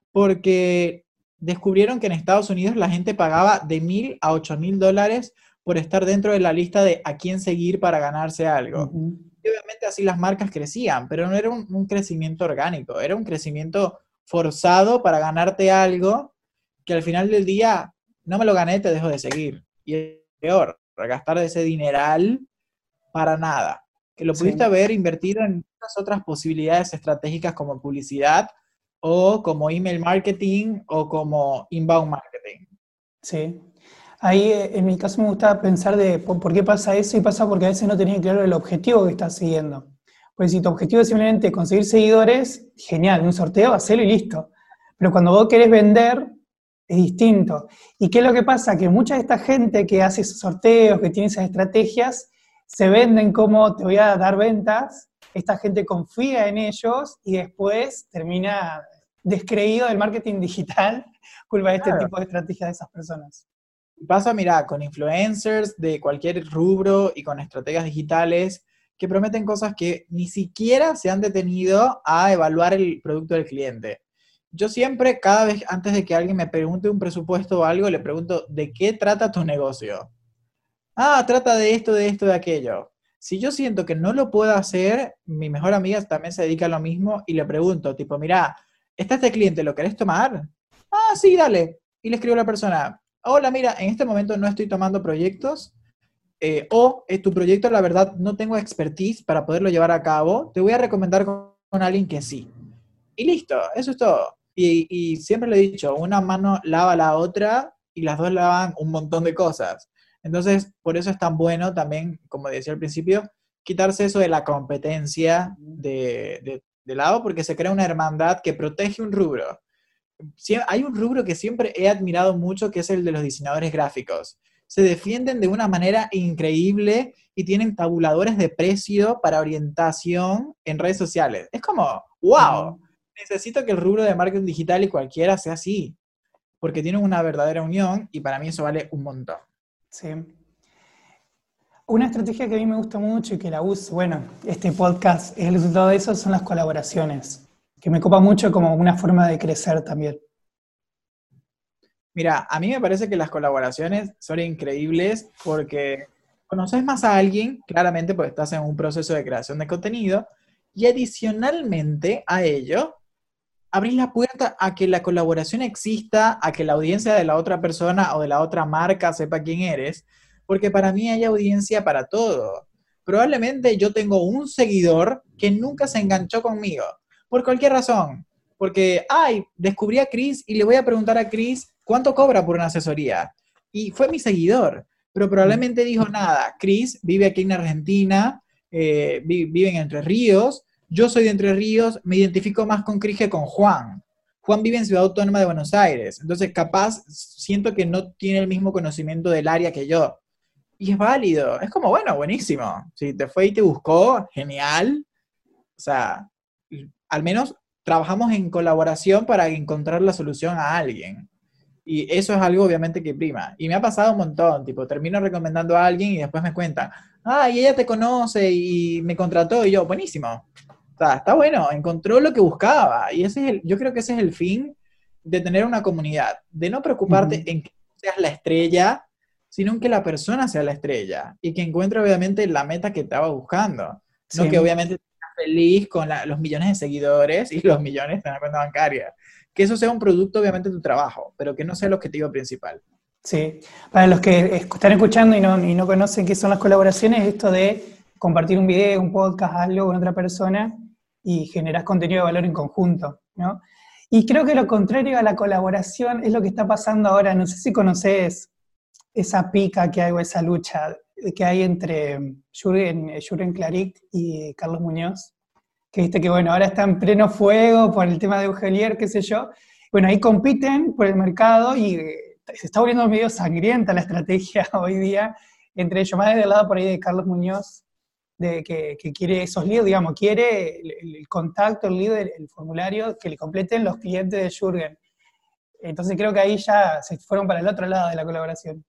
S3: porque descubrieron que en Estados Unidos la gente pagaba de mil a ocho mil dólares por estar dentro de la lista de a quién seguir para ganarse algo.
S2: Ujú.
S3: Y obviamente así las marcas crecían, pero no era un, un crecimiento orgánico, era un crecimiento forzado para ganarte algo que al final del día no me lo gané, te dejo de seguir. Y es peor, gastar ese dineral para nada, que lo
S2: Sí.
S3: pudiste haber invertido en muchas otras posibilidades estratégicas como publicidad o como email marketing o como inbound marketing.
S2: Sí. Ahí, eh, en mi caso, me gusta pensar de por, por qué pasa eso, y pasa porque a veces no tenés claro el objetivo que estás siguiendo. Porque si tu objetivo es simplemente conseguir seguidores, genial, un sorteo, hacelo y listo. Pero cuando vos querés vender, es distinto. ¿Y qué es lo que pasa? Que mucha de esta gente que hace esos sorteos, que tiene esas estrategias, se venden como te voy a dar ventas, esta gente confía en ellos y después termina descreído del marketing digital culpa de este
S3: Claro.
S2: tipo de estrategias de esas personas.
S3: Pasa, mira, con influencers de cualquier rubro y con estrategias digitales que prometen cosas que ni siquiera se han detenido a evaluar el producto del cliente. Yo siempre, cada vez antes de que alguien me pregunte un presupuesto o algo, le pregunto, ¿de qué trata tu negocio? Ah, trata de esto, de esto, de aquello. Si yo siento que no lo puedo hacer, mi mejor amiga también se dedica a lo mismo y le pregunto, tipo, mira, ¿está este cliente, lo querés tomar? Ah, sí, dale. Y le escribo a la persona, hola, mira, en este momento no estoy tomando proyectos, eh, o eh, tu proyecto, la verdad, no tengo expertise para poderlo llevar a cabo, te voy a recomendar con, con alguien que sí. Y listo, eso es todo. Y, y siempre le he dicho, una mano lava la otra y las dos lavan un montón de cosas. Entonces, por eso es tan bueno también, como decía al principio, quitarse eso de la competencia de, de, de lado, porque se crea una hermandad que protege un rubro. Sie- hay un rubro que siempre he admirado mucho, que es el de los diseñadores gráficos. Se defienden de una manera increíble y tienen tabuladores de precio para orientación en redes sociales. Es como, wow,
S2: Ujú.
S3: necesito que el rubro de marketing digital y cualquiera sea así, porque tienen una verdadera unión y para mí eso vale un montón.
S2: Sí. Una estrategia que a mí me gusta mucho y que la uso, bueno, este podcast es el resultado de eso, son las colaboraciones, que me copa mucho como una forma de crecer también.
S3: Mira, a mí me parece que las colaboraciones son increíbles porque conoces más a alguien, claramente porque estás en un proceso de creación de contenido, y adicionalmente a ello, abrís la puerta a que la colaboración exista, a que la audiencia de la otra persona o de la otra marca sepa quién eres, porque para mí hay audiencia para todo. Probablemente yo tengo un seguidor que nunca se enganchó conmigo, por cualquier razón. Porque, ay, descubrí a Chris y le voy a preguntar a Chris cuánto cobra por una asesoría. Y fue mi seguidor, pero probablemente dijo nada. Chris vive aquí en Argentina, eh, vi- vive en Entre Ríos, yo soy de Entre Ríos, me identifico más con Cris que con Juan. Juan vive en Ciudad Autónoma de Buenos Aires, entonces capaz siento que no tiene el mismo conocimiento del área que yo. Y es válido, es como, bueno, buenísimo. Si te fue y te buscó, genial. O sea, al menos trabajamos en colaboración para encontrar la solución a alguien. Y eso es algo obviamente que prima. Y me ha pasado un montón, tipo, termino recomendando a alguien y después me cuentan, ah, y ella te conoce y me contrató y yo, buenísimo. O sea, está bueno, encontró lo que buscaba. Y ese es el, yo creo que ese es el fin de tener una comunidad, de no preocuparte
S2: Ujú.
S3: en que seas la estrella, sino en que la persona sea la estrella y que encuentre obviamente la meta que estaba buscando. No
S2: Sí,
S3: que obviamente estés feliz con la- los millones de seguidores y los millones en la cuenta bancaria. Que eso sea un producto obviamente de tu trabajo, pero que no sea el objetivo principal.
S2: sí. Para los que están escuchando y no, y no conocen qué son las colaboraciones, esto de compartir un video, un podcast, algo con otra persona y generar contenido de valor en conjunto, ¿no? Y creo que lo contrario a la colaboración es lo que está pasando ahora. No sé si conoces esa pica que hay o esa lucha que hay entre Jürgen, Jürgen Klarik y Carlos Muñoz, que viste que bueno, ahora está en pleno fuego por el tema de Eugelier, qué sé yo. Bueno, ahí compiten por el mercado y eh, se está volviendo medio sangrienta la estrategia hoy día entre ellos, más desde el lado por ahí de Carlos Muñoz, de que, que quiere esos leads, digamos, quiere el, el contacto, el lead, el, el formulario que le completen los clientes de Jürgen. Entonces creo que ahí ya se fueron para el otro lado de la colaboración.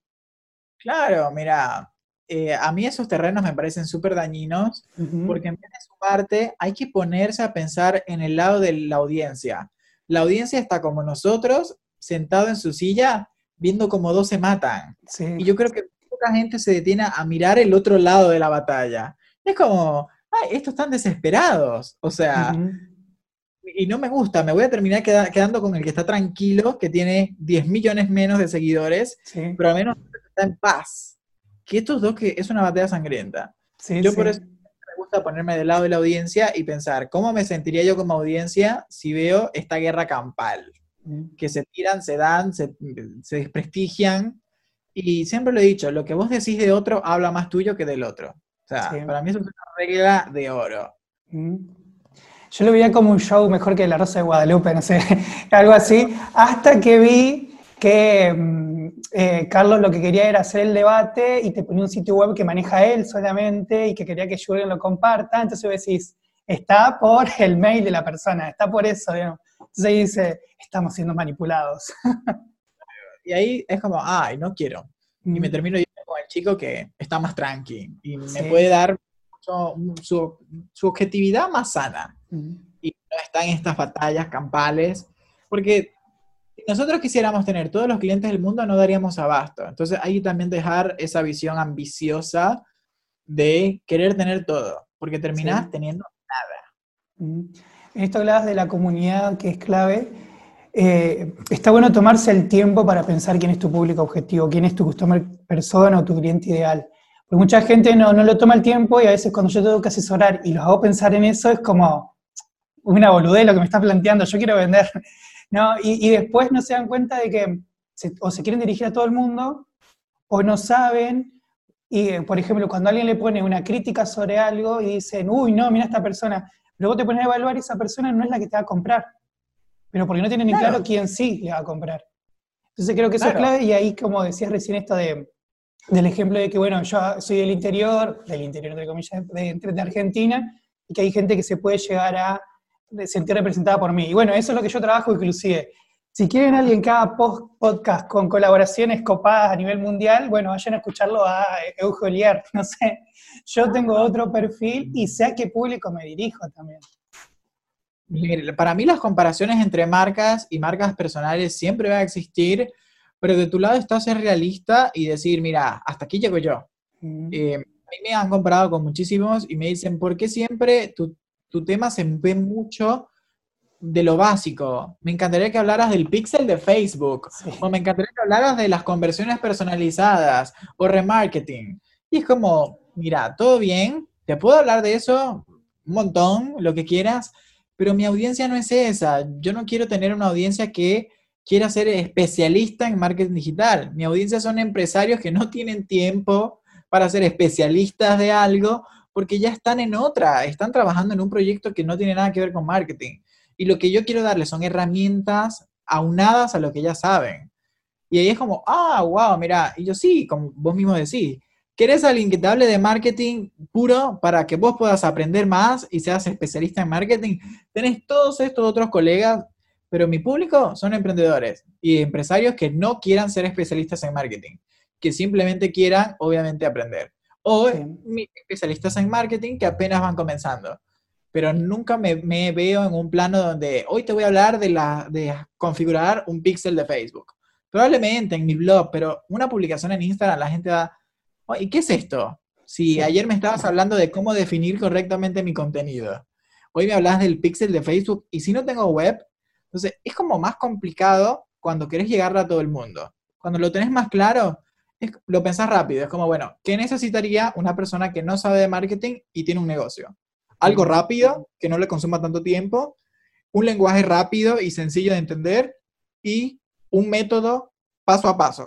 S3: Claro, mira, eh, a mí esos terrenos me parecen súper dañinos
S2: Uh-huh.
S3: porque en vez de sumarte hay que ponerse a pensar en el lado de la audiencia. La audiencia está como nosotros, sentado en su silla, viendo como dos se matan.
S2: Sí.
S3: Y yo creo que poca gente se detiene a mirar el otro lado de la batalla. Es como, ay, estos están desesperados. O sea,
S2: Uh-huh.
S3: y no me gusta, me voy a terminar queda- quedando con el que está tranquilo, que tiene diez millones menos de seguidores,
S2: Sí,
S3: pero al menos está en paz. Que estos dos, que es una batalla sangrienta.
S2: sí,
S3: Yo por
S2: sí.
S3: eso me gusta ponerme del lado de la audiencia y pensar, ¿cómo me sentiría yo como audiencia si veo esta guerra campal? Que se tiran, se dan, se, se desprestigian. Y siempre lo he dicho, lo que vos decís de otro habla más tuyo que del otro. O sea,
S2: Sí.
S3: para mí eso es una regla de oro.
S2: Mm. Yo lo veía como un show mejor que La Rosa de Guadalupe, no sé, algo así, hasta que vi que mm, eh, Carlos lo que quería era hacer el debate y te ponía un sitio web que maneja él solamente y que quería que Julian lo comparta, entonces vos decís, está por el mail de la persona, está por eso, digamos. Entonces ahí dice, estamos siendo manipulados.
S3: Y ahí es como, ay, no quiero. Y me
S2: Mm.
S3: termino yendo con el chico que está más tranqui y me
S2: Sí.
S3: puede dar mucho- su, su objetividad más sana.
S2: Mm.
S3: Y no está en estas batallas campales, porque si nosotros quisiéramos tener todos los clientes del mundo, no daríamos abasto. Entonces hay que también dejar esa visión ambiciosa de querer tener todo, porque terminás
S2: Sí.
S3: teniendo.
S2: Mm. En esto hablabas de la comunidad, que es clave. Eh, está bueno tomarse el tiempo para pensar quién es tu público objetivo, quién es tu customer persona o tu cliente ideal. Porque mucha gente no, no lo toma el tiempo y a veces cuando yo tengo que asesorar y los hago pensar en eso es como una boludez lo que me está planteando, yo quiero vender, ¿no? Y, y después no se dan cuenta de que se, o se quieren dirigir a todo el mundo o no saben. Y, eh, por ejemplo, cuando alguien le pone una crítica sobre algo y dicen, uy, no, mira esta persona, luego te pones a evaluar y esa persona no es la que te va a comprar, pero porque no tienen en
S3: Claro,
S2: claro quién sí le va a comprar. Entonces creo que eso es
S3: claro.
S2: clave y ahí, como decías recién, esto de, del ejemplo de que, bueno, yo soy del interior, del interior, entre comillas, de, de Argentina, y que hay gente que se puede llegar a sentir representada por mí. Y bueno, eso es lo que yo trabajo inclusive. Si quieren alguien que haga post podcast con colaboraciones copadas a nivel mundial, bueno, vayan a escucharlo a Eugenio Lier, no sé. Yo tengo otro perfil y sé a qué público me dirijo también.
S3: Mire, para mí las comparaciones entre marcas y marcas personales siempre van a existir, pero de tu lado está ser realista y decir, mira, hasta aquí llego yo.
S2: Mm.
S3: Eh, a mí me han comparado con muchísimos y me dicen, ¿por qué siempre tu, tu tema se ve mucho de lo básico? Me encantaría que hablaras del pixel de Facebook,
S2: Sí.
S3: o me encantaría que hablaras de las conversiones personalizadas, o remarketing. Y es como, mira, todo bien, te puedo hablar de eso un montón, lo que quieras, pero mi audiencia no es esa. Yo no quiero tener una audiencia que quiera ser especialista en marketing digital. Mi audiencia son empresarios que no tienen tiempo para ser especialistas de algo porque ya están en otra, están trabajando en un proyecto que no tiene nada que ver con marketing. Y lo que yo quiero darles son herramientas aunadas a lo que ya saben. Y ahí es como, ah, wow, mira, y yo sí, como vos mismo decís, ¿querés alguien que te hable de marketing puro para que vos puedas aprender más y seas especialista en marketing? Tenés todos estos otros colegas, pero mi público son emprendedores y empresarios que no quieran ser especialistas en marketing, que simplemente quieran, obviamente, aprender. O
S2: Sí.
S3: mis especialistas en marketing que apenas van comenzando. Pero nunca me, me veo en un plano donde hoy te voy a hablar de, la, de configurar un píxel de Facebook. Probablemente en mi blog, pero una publicación en Instagram la gente va, ¿y qué es esto? Si
S2: Sí.
S3: ayer me estabas hablando de cómo definir correctamente mi contenido, hoy me hablas del píxel de Facebook y si no tengo web, entonces es como más complicado cuando querés llegarle a todo el mundo. Cuando lo tenés más claro, es, lo pensás rápido, es como, bueno, ¿qué necesitaría una persona que no sabe de marketing y tiene un negocio? Algo rápido, que no le consuma tanto tiempo, un lenguaje rápido y sencillo de entender y un método paso a paso.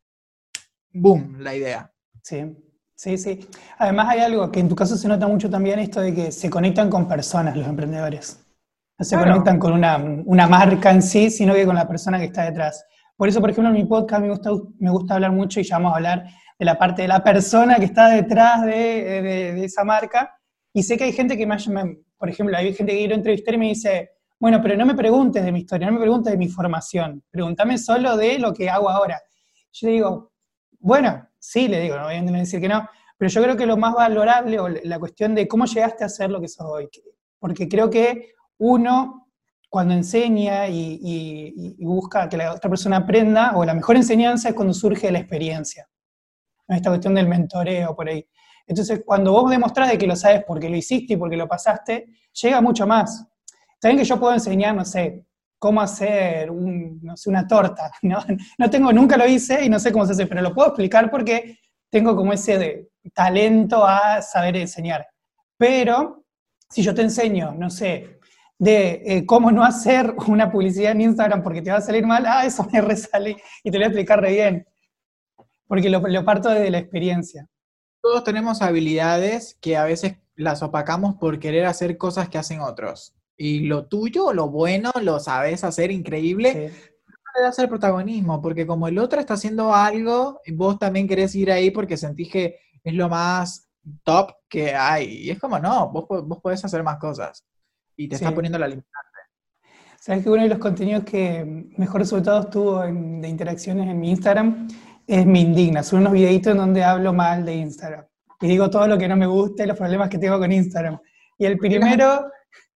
S3: Boom, la idea.
S2: Sí, sí, sí. Además hay algo que en tu caso se nota mucho también, esto de que se conectan con personas los emprendedores. No se
S3: Claro.
S2: conectan con una, una marca en sí, sino que con la persona que está detrás. Por eso, por ejemplo, en mi podcast me gusta, me gusta hablar mucho y ya vamos a hablar de la parte de la persona que está detrás de, de, de esa marca. Y sé que hay gente que me, me, por ejemplo, hay gente que quiero entrevistar y me dice, bueno, pero no me preguntes de mi historia, no me preguntes de mi formación, pregúntame solo de lo que hago ahora. Yo digo, bueno, sí, le digo, no voy a decir que no, pero yo creo que lo más valorable o la cuestión de cómo llegaste a ser lo que sos hoy, porque creo que uno, cuando enseña y, y, y busca que la otra persona aprenda, o la mejor enseñanza es cuando surge la experiencia, ¿no? Esta cuestión del mentoreo por ahí. Entonces, cuando vos demostrás de que lo sabes porque lo hiciste y porque lo pasaste, llega mucho más. Está bien que yo puedo enseñar, no sé, cómo hacer un, no sé, una torta, ¿no? No tengo, nunca lo hice y no sé cómo se hace, pero lo puedo explicar porque tengo como ese de, talento a saber enseñar. Pero si yo te enseño, no sé, de eh, cómo no hacer una publicidad en Instagram porque te va a salir mal, ah, eso me resale y te lo voy a explicar re bien, porque lo, lo parto desde la experiencia.
S3: Todos tenemos habilidades que a veces las opacamos por querer hacer cosas que hacen otros. Y lo tuyo, lo bueno, lo sabes hacer increíble,
S2: Sí.
S3: no le das el protagonismo, porque como el otro está haciendo algo, vos también querés ir ahí porque sentís que es lo más top que hay. Y es como, no, vos, po- vos podés hacer más cosas. Y te estás
S2: Sí.
S3: poniendo la limitante.
S2: Sabes que uno de los contenidos que mejor resultados tuvo en- de interacciones en mi Instagram es Mi Indigna. Son unos videitos en donde hablo mal de Instagram. Y digo todo lo que no me gusta y los problemas que tengo con Instagram. Y el
S3: ¿Por qué la gente
S2: primero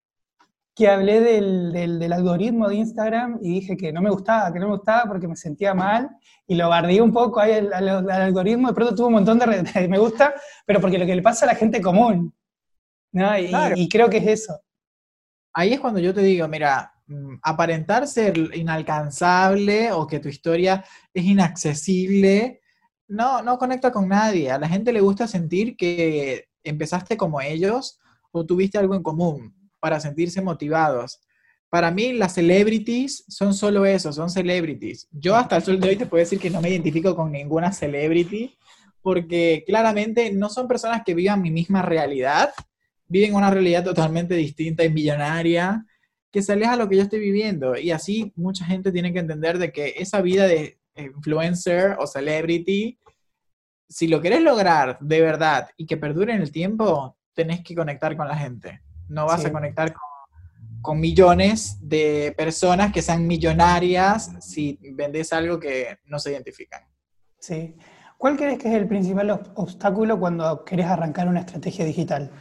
S2: que hablé del, del, del algoritmo de Instagram y dije que no me gustaba, que no me gustaba porque me sentía mal. Y lo bardeé un poco ahí al, al- al algoritmo. De pronto tuvo un montón de, re- de me gusta, pero porque lo que le pasa a la gente común, ¿no? Y,
S3: Claro,
S2: y creo que es eso.
S3: ahí es cuando yo te digo, mira, mm, aparentar ser inalcanzable o que tu historia es inaccesible, no, no conecta con nadie. A la gente le gusta sentir que empezaste como ellos o tuviste algo en común para sentirse motivados. Para mí, las celebrities son solo eso, son celebrities. Yo hasta el sol de hoy te puedo decir que no me identifico con ninguna celebrity porque claramente no son personas que vivan mi misma realidad, viven una realidad totalmente distinta y millonaria que se aleja de lo que yo estoy viviendo. Y así mucha gente tiene que entender de que esa vida de influencer o celebrity, si lo querés lograr de verdad y que perdure en el tiempo, tenés que conectar con la gente. No vas a
S2: Sí.
S3: conectar con, con millones de personas que sean millonarias si vendes algo que no se identifican.
S2: Sí. ¿Cuál crees que es el principal ob- obstáculo cuando querés arrancar una estrategia digital?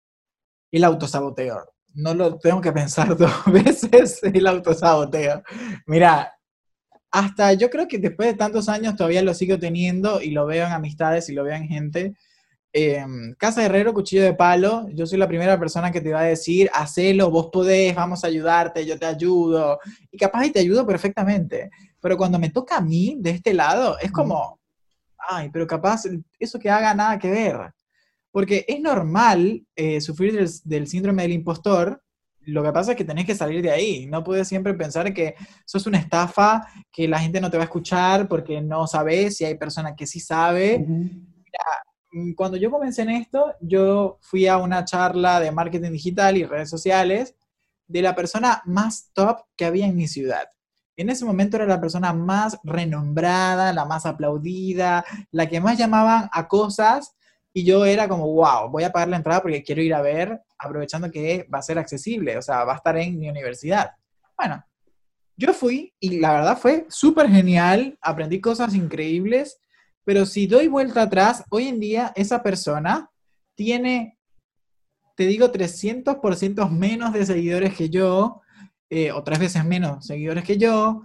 S3: El autosaboteo. No lo tengo que pensar dos veces, el autosaboteo. Mira, hasta yo creo que después de tantos años todavía lo sigo teniendo y lo veo en amistades y lo veo en gente. Eh, Casa de Herrero, cuchillo de palo. Yo soy la primera persona que te va a decir, hacelo, vos podés, vamos a ayudarte, yo te ayudo. Y capaz y te ayudo perfectamente. Pero cuando me toca a mí, de este lado, es como, ay, pero capaz eso que haga nada que ver. Porque es normal eh, sufrir del, del síndrome del impostor. Lo que pasa es que tenés que salir de ahí. No puedes siempre pensar que sos una estafa, que la gente no te va a escuchar porque no sabes si hay personas que sí sabe.
S2: Ujú.
S3: Mm, Cuando yo comencé en esto, yo fui a una charla de marketing digital y redes sociales de la persona más top que había en mi ciudad. En ese momento era la persona más renombrada, la más aplaudida, la que más llamaban a cosas y yo era como, wow, voy a pagar la entrada porque quiero ir a ver, aprovechando que va a ser accesible, o sea, va a estar en mi universidad. Bueno, yo fui y la verdad fue súper genial, aprendí cosas increíbles, pero si doy vuelta atrás, hoy en día esa persona tiene, te digo, trescientos por ciento menos de seguidores que yo, eh, o tres veces menos seguidores que yo,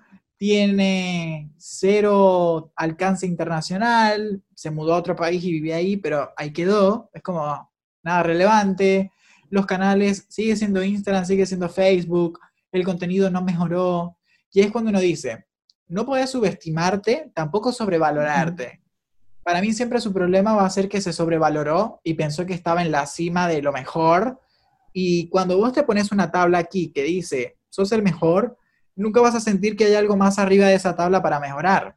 S3: tiene cero alcance internacional, se mudó a otro país y vivía ahí, pero ahí quedó, es como nada relevante, los canales sigue siendo Instagram, sigue siendo Facebook, el contenido no mejoró, y es cuando uno dice, no puedes subestimarte, tampoco sobrevalorarte. Para mí siempre su problema va a ser que se sobrevaloró y pensó que estaba en la cima de lo mejor. Y cuando vos te pones una tabla aquí que dice, sos el mejor, nunca vas a sentir que hay algo más arriba de esa tabla para mejorar.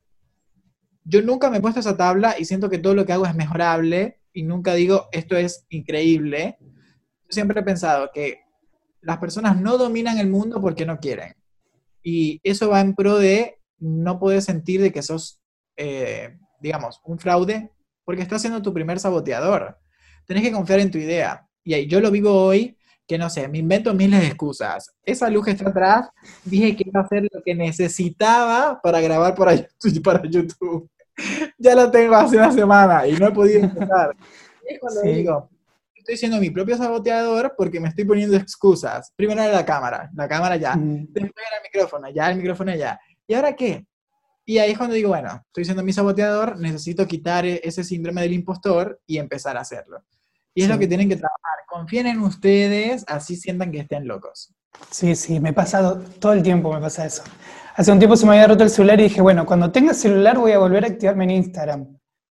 S3: Yo nunca me he puesto esa tabla y siento que todo lo que hago es mejorable y nunca digo, esto es increíble. Yo siempre he pensado que las personas no dominan el mundo porque no quieren. Y eso va en pro de no poder sentir de que sos, eh, digamos, un fraude, porque estás siendo tu primer saboteador. Tenés que confiar en tu idea. Y ahí yo lo vivo hoy, que no sé, me invento miles de excusas. Esa luz que está atrás, dije que iba a hacer lo que necesitaba para grabar para YouTube. Para YouTube. Ya lo tengo hace una semana y no he podido empezar. Y es cuando
S2: Sí.
S3: digo, estoy siendo mi propio saboteador porque me estoy poniendo excusas. Primero era la cámara, la cámara ya.
S2: Mm.
S3: Después era el micrófono, ya el micrófono ya. ¿Y ahora qué? Y ahí es cuando digo, bueno, estoy siendo mi saboteador, necesito quitar e- ese síndrome del impostor y empezar a hacerlo. Y es lo que
S2: Sí.
S3: tienen que trabajar. Confíen en ustedes, así sientan que estén locos.
S2: Sí, sí, me pasa do- todo el tiempo, me pasa eso. Hace un tiempo se me había roto el celular y dije, bueno, cuando tenga celular voy a volver a activarme en Instagram.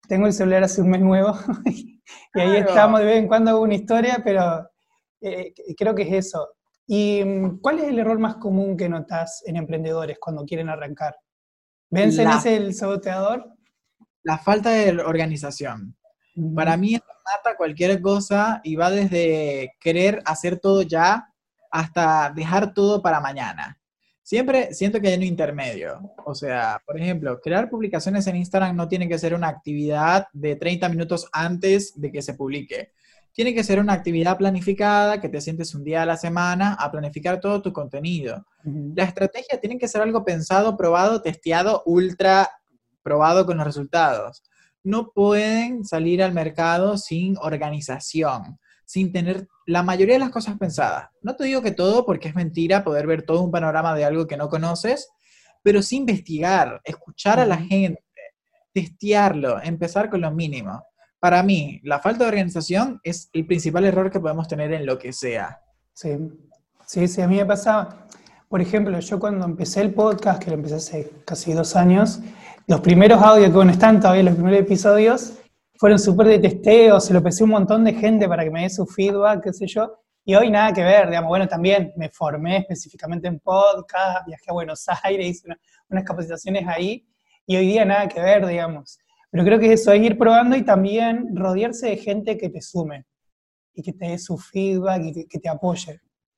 S2: tengo el celular hace un mes nuevo y ahí
S3: Claro.
S2: estamos, de vez en cuando hago una historia, pero eh, creo que es eso. ¿Y mm, cuál es el error más común que notas en emprendedores cuando quieren arrancar? ¿Vencen
S3: La,
S2: ese el saboteador?
S3: la falta de organización. Para
S2: Ujú.
S3: mí eso mata cualquier cosa y va desde querer hacer todo ya hasta dejar todo para mañana. Siempre siento que hay un intermedio. O sea, por ejemplo, crear publicaciones en Instagram no tiene que ser una actividad de treinta minutos antes de que se publique. Tiene que ser una actividad planificada, que te sientes un día a la semana a planificar todo tu contenido.
S2: Ujú.
S3: La estrategia tiene que ser algo pensado, probado, testeado, ultra probado con los resultados. No pueden salir al mercado sin organización, sin tener la mayoría de las cosas pensadas. No te digo que todo, porque es mentira poder ver todo un panorama de algo que no conoces, pero sí investigar, escuchar a la
S2: Ujú.
S3: gente, testearlo, empezar con lo mínimo. Para mí, la falta de organización es el principal error que podemos tener en lo que sea.
S2: Sí, sí, sí, a mí me pasaba. Por ejemplo, yo cuando empecé el podcast, que lo empecé hace casi dos años, los primeros audios, que bueno, están todavía los primeros episodios, fueron súper de testeo, se lo pesé a un montón de gente para que me dé su feedback, qué sé yo, y hoy nada que ver, digamos, bueno, también me formé específicamente en podcast, viajé a Buenos Aires, hice una- unas capacitaciones ahí, y hoy día nada que ver, digamos. Pero creo que eso es ir probando y también rodearse de gente que te sume y que te dé su feedback y que, que te apoye.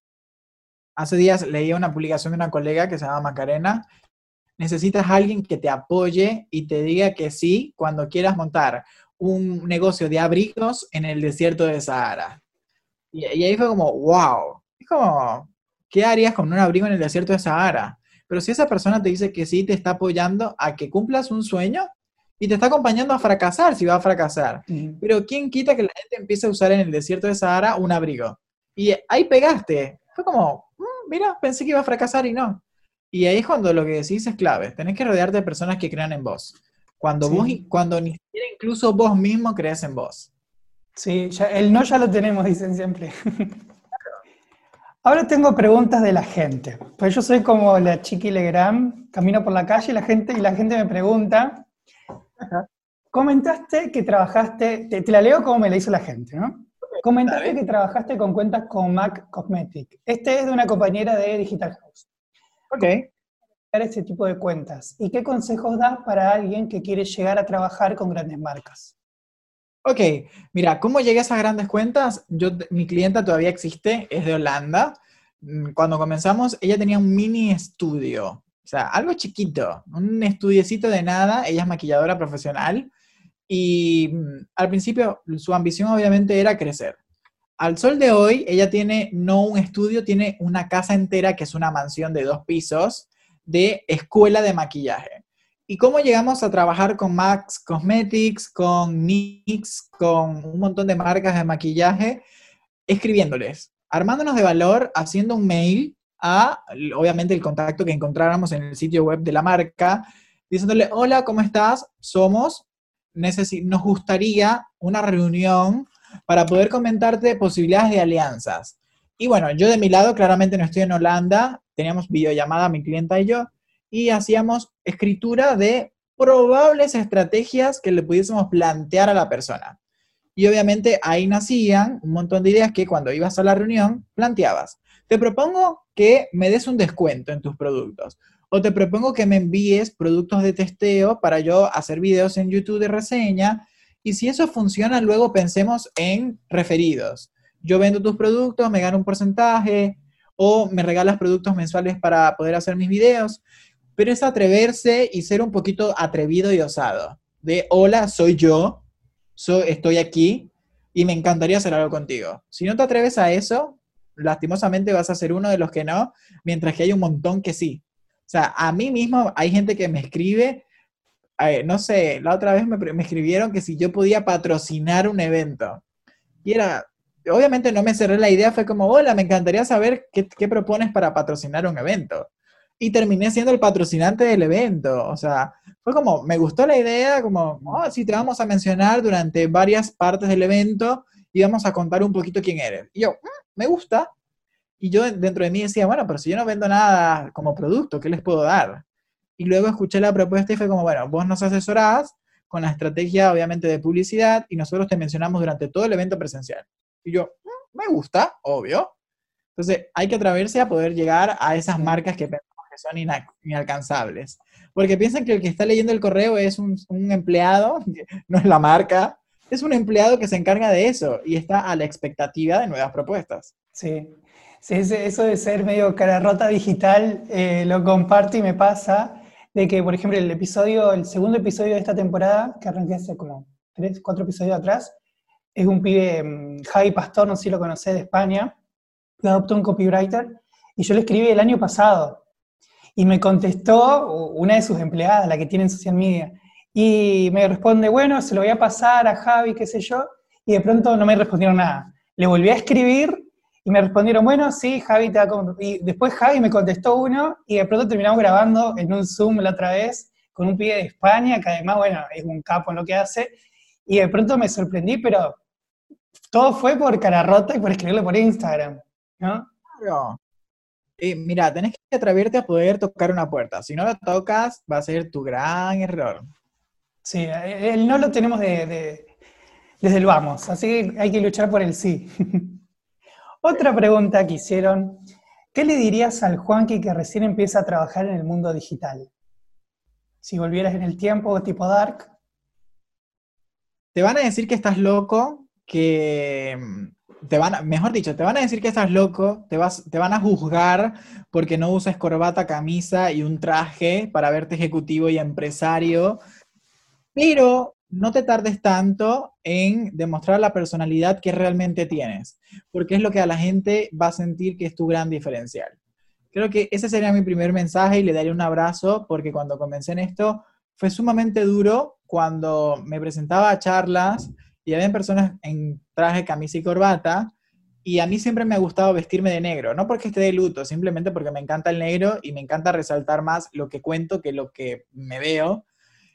S3: Hace días leía una publicación de una colega que se llama Macarena. Necesitas a alguien que te apoye y te diga que sí cuando quieras montar un negocio de abrigos en el desierto de Sahara. Y, y ahí fue como, wow. Es como, ¿qué harías con un abrigo en el desierto de Sahara? Pero si esa persona te dice que sí, te está apoyando a que cumplas un sueño y te está acompañando a fracasar si va a fracasar.
S2: Mm.
S3: Pero ¿quién quita que la gente empiece a usar en el desierto de Sahara un abrigo? Y ahí pegaste. Fue como, "Mm, mira, pensé que iba a fracasar y no". Y ahí es cuando lo que decís es clave. Tenés que rodearte de personas que crean en vos. Cuando vos,
S2: Sí,
S3: cuando ni siquiera incluso vos mismo crees en vos.
S2: sí, ya, el no ya lo tenemos, dicen siempre. Ahora tengo preguntas de la gente. Pues yo soy como la Chiqui Legrand, camino por la calle y la gente, y la gente me pregunta,
S3: Ajá.
S2: comentaste que trabajaste, te, te la leo como me la hizo la gente, ¿no? Comentaste
S3: ¿Sabes?
S2: que trabajaste con cuentas con MAC Cosmetic. Este es de una compañera de Digital House.
S3: Ok.
S2: ¿Cómo ese tipo de cuentas? ¿Y qué consejos das para alguien que quiere llegar a trabajar con grandes marcas?
S3: Ok, mira, ¿cómo llegué a esas grandes cuentas? Yo, mi clienta todavía existe, es de Holanda. Mm, Cuando comenzamos, ella tenía un mini estudio, o sea, algo chiquito, un estudiecito de nada. Ella es maquilladora profesional y mm, al principio su ambición obviamente era crecer. Al sol de hoy, ella tiene no un estudio, tiene una casa entera que es una mansión de dos pisos de escuela de maquillaje. ¿Y cómo llegamos a trabajar con Max Cosmetics, con NYX, con un montón de marcas de maquillaje? Escribiéndoles, armándonos de valor, haciendo un mail a, obviamente, el contacto que encontráramos en el sitio web de la marca, diciéndole, hola, ¿cómo estás? Somos, necesi- nos gustaría una reunión para poder comentarte posibilidades de alianzas. Y bueno, yo de mi lado, claramente no estoy en Holanda, teníamos videollamada mi clienta y yo, y hacíamos escritura de probables estrategias que le pudiésemos plantear a la persona. Y obviamente ahí nacían un montón de ideas que cuando ibas a la reunión planteabas. Te propongo que me des un descuento en tus productos. O te propongo que me envíes productos de testeo para yo hacer videos en YouTube de reseña. Y si eso funciona, luego pensemos en referidos. Yo vendo tus productos, me gano un porcentaje, o me regalas productos mensuales para poder hacer mis videos. Pero es atreverse y ser un poquito atrevido y osado. De, hola, soy yo, so, estoy aquí y me encantaría hacer algo contigo. Si no te atreves a eso, lastimosamente vas a ser uno de los que no, mientras que hay un montón que sí. O sea, a mí mismo hay gente que me escribe, eh, no sé, la otra vez me, me escribieron que si yo podía patrocinar un evento. Y era, obviamente no me cerré la idea, fue como, hola, me encantaría saber qué, qué propones para patrocinar un evento. Y terminé siendo el patrocinante del evento. O sea, fue como, me gustó la idea, como, oh, sí, te vamos a mencionar durante varias partes del evento y vamos a contar un poquito quién eres. Y yo, "Mm, me gusta". Y yo dentro de mí decía, bueno, pero si yo no vendo nada como producto, ¿qué les puedo dar? Y luego escuché la propuesta y fue como, bueno, vos nos asesorás con la estrategia, obviamente, de publicidad, y nosotros te mencionamos durante todo el evento presencial. Y yo, "Mm, me gusta, obvio". Entonces, hay que atreverse a poder llegar a esas
S2: Sí.
S3: marcas que pensamos que son ina- inalcanzables. Porque piensan que el que está leyendo el correo es un, un empleado, no es la marca, es un empleado que se encarga de eso y está a la expectativa de nuevas propuestas.
S2: Sí, sí, ese- eso de ser medio cara rota digital, eh, lo comparto y me pasa, de que, por ejemplo, el episodio, el segundo episodio de esta temporada, que arranqué hace como tres, cuatro episodios atrás, es un pibe, mm, Javi Pastor, no sé si lo conocés, de España, que adoptó un copywriter, y yo le escribí el año pasado, y me contestó una de sus empleadas, la que tiene en social media, y me responde, bueno, se lo voy a pasar a Javi, qué sé yo, y de pronto no me respondieron nada. Le volví a escribir y me respondieron, bueno, sí, Javi te va a... con-". Y después Javi me contestó uno y de pronto terminamos grabando en un Zoom la otra vez con un pibe de España, que además, bueno, es un capo en lo que hace, y de pronto me sorprendí, pero todo fue por cara rota y por escribirle por Instagram, ¿no?
S3: Claro. Y mira, tenés que atreverte a poder tocar una puerta. Si no la tocas, va a ser tu gran error.
S2: Sí, el no lo tenemos de, de- desde el vamos, así que hay que luchar por el sí. Otra pregunta que hicieron, ¿qué le dirías al Juanqui que recién empieza a trabajar en el mundo digital? Si volvieras en el tiempo, tipo Dark.
S3: Te van a decir que estás loco, que mm, te van a- mejor dicho, te van a decir que estás loco, te vas, te van a juzgar porque no usas corbata, camisa y un traje para verte ejecutivo y empresario, pero no te tardes tanto en demostrar la personalidad que realmente tienes, porque es lo que a la gente va a sentir que es tu gran diferencial. Creo que ese sería mi primer mensaje y le daría un abrazo porque cuando comencé en esto fue sumamente duro cuando me presentaba a charlas y había personas en traje, camisa y corbata y a mí siempre me ha gustado vestirme de negro, no porque esté de luto, simplemente porque me encanta el negro y me encanta resaltar más lo que cuento que lo que me veo.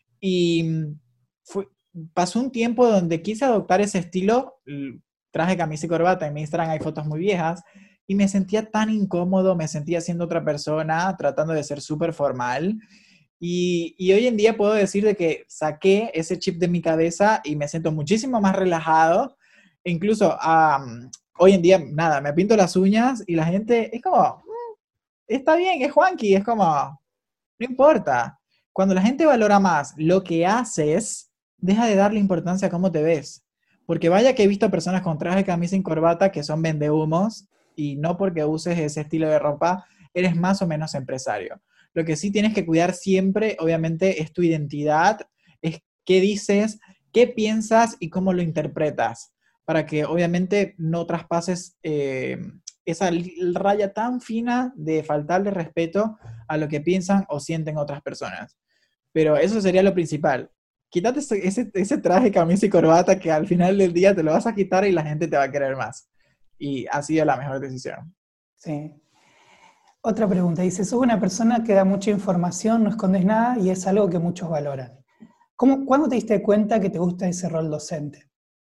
S3: Y fue- pasó un tiempo donde quise adoptar ese estilo, l- traje camisa y corbata, en mi Instagram hay fotos muy viejas, y me sentía tan incómodo, me sentía siendo otra persona, tratando de ser súper formal. Y, y hoy en día puedo decir de que saqué ese chip de mi cabeza y me siento muchísimo más relajado. E incluso am, hoy en día, nada, me pinto las uñas y la gente es como, "Mm, está bien, es Juanqui", es como, no importa. Cuando la gente valora más lo que haces, deja de darle importancia a cómo te ves. Porque vaya que he visto personas con traje, camisa y corbata que son vendehumos y no porque uses ese estilo de ropa eres más o menos empresario. Lo que sí tienes que cuidar siempre, obviamente, es tu identidad, es qué dices, qué piensas y cómo lo interpretas, para que obviamente no traspases eh, esa raya tan fina de faltarle respeto a lo que piensan o sienten otras personas. Pero eso sería lo principal. Quítate ese, ese, ese traje, camisa y corbata que al final del día te lo vas a quitar y la gente te va a querer más. Y ha sido la mejor decisión.
S2: Sí. Otra pregunta, dice, sos una persona que da mucha información, no escondes nada y es algo que muchos valoran. ¿Cómo, ¿Cuándo te diste cuenta que te gusta ese rol docente?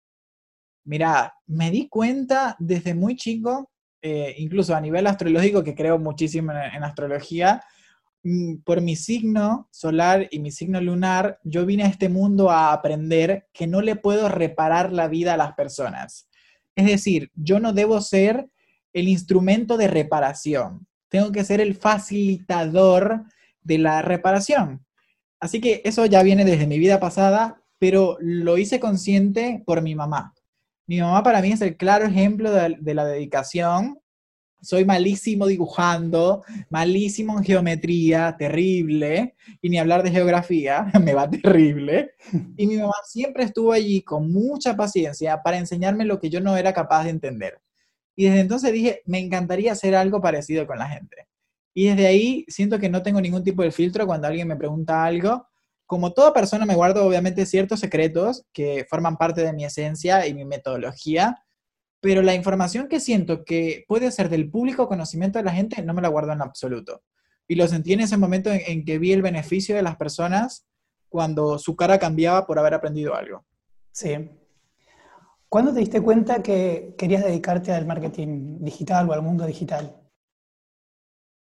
S3: Mira, me di cuenta desde muy chico, eh, incluso a nivel astrológico, que creo muchísimo en, en astrología, mm, por mi signo solar y mi signo lunar, yo vine a este mundo a aprender que no le puedo reparar la vida a las personas. Es decir, yo no debo ser el instrumento de reparación. Tengo que ser el facilitador de la reparación. Así que eso ya viene desde mi vida pasada, pero lo hice consciente por mi mamá. Mi mamá para mí es el claro ejemplo de, de la dedicación. Soy malísimo dibujando, malísimo en geometría, terrible, y ni hablar de geografía, me va terrible. Y mi mamá siempre estuvo allí con mucha paciencia para enseñarme lo que yo no era capaz de entender. Y desde entonces dije, me encantaría hacer algo parecido con la gente. Y desde ahí siento que no tengo ningún tipo de filtro cuando alguien me pregunta algo. Como toda persona me guardo obviamente ciertos secretos que forman parte de mi esencia y mi metodología, pero la información que siento que puede ser del público conocimiento de la gente no me la guardo en absoluto. Y lo sentí en ese momento en, en que vi el beneficio de las personas cuando su cara cambiaba por haber aprendido algo.
S2: Sí. ¿Cuándo te diste cuenta que querías dedicarte al marketing digital o al mundo digital?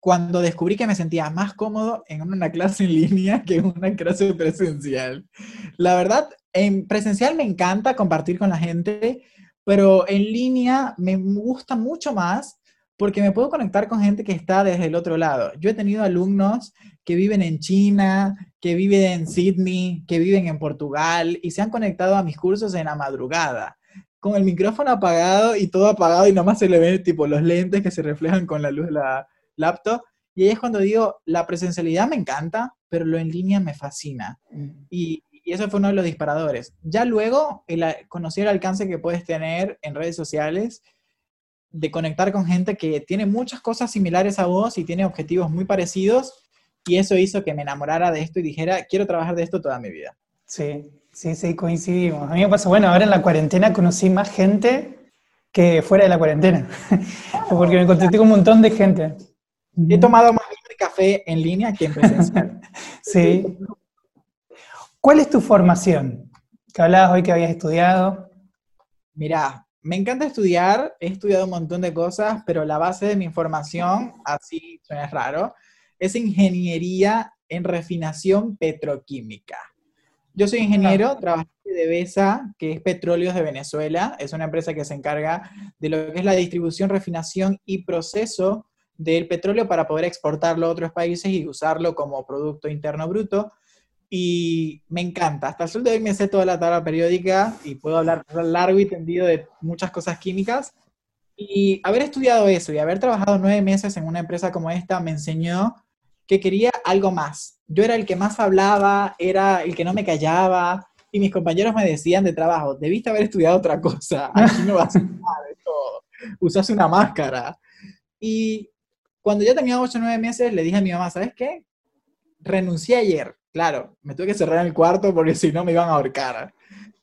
S3: cuando descubrí que me sentía más cómodo en una clase en línea que en una clase presencial. La verdad, en presencial me encanta compartir con la gente, pero en línea me gusta mucho más porque me puedo conectar con gente que está desde el otro lado. Yo he tenido alumnos que viven en China, que viven en Sydney, que viven en Portugal y se han conectado a mis cursos en la madrugada, con el micrófono apagado y todo apagado y nomás se le ven tipo los lentes que se reflejan con la luz de la laptop. Y ahí es cuando digo, la presencialidad me encanta, pero lo en línea me fascina. Y, y eso fue uno de los disparadores. Ya luego, el, conocí el alcance que puedes tener en redes sociales, de conectar con gente que tiene muchas cosas similares a vos y tiene objetivos muy parecidos, y eso hizo que me enamorara de esto y dijera, quiero trabajar de esto toda mi vida.
S2: Sí, sí, sí, coincidimos. A mí me pasa, bueno, ahora en la cuarentena conocí más gente que fuera de la cuarentena, porque me contacté con un montón de gente.
S3: He tomado más café en línea que en presencial.
S2: Sí. ¿Cuál es tu formación? Que hablabas hoy que habías estudiado.
S3: Mirá, me encanta estudiar, he estudiado un montón de cosas, pero la base de mi formación, así suena raro, es ingeniería en refinación petroquímica. Yo soy ingeniero, trabajé de BESA, que es Petróleos de Venezuela, es una empresa que se encarga de lo que es la distribución, refinación y proceso del petróleo para poder exportarlo a otros países y usarlo como Producto Interno Bruto. Y me encanta. Hasta el sol de hoy me sé toda la tabla periódica y puedo hablar largo y tendido de muchas cosas químicas. Y haber estudiado eso y haber trabajado nueve meses en una empresa como esta me enseñó que quería algo más. Yo era el que más hablaba, era el que no me callaba, y mis compañeros me decían de trabajo, debiste haber estudiado otra cosa, aquí no vas a nada de todo, usas una máscara. Y cuando ya tenía ocho o nueve meses, le dije a mi mamá, ¿sabes qué? Renuncié ayer. Claro, me tuve que cerrar en el cuarto porque si no me iban a ahorcar.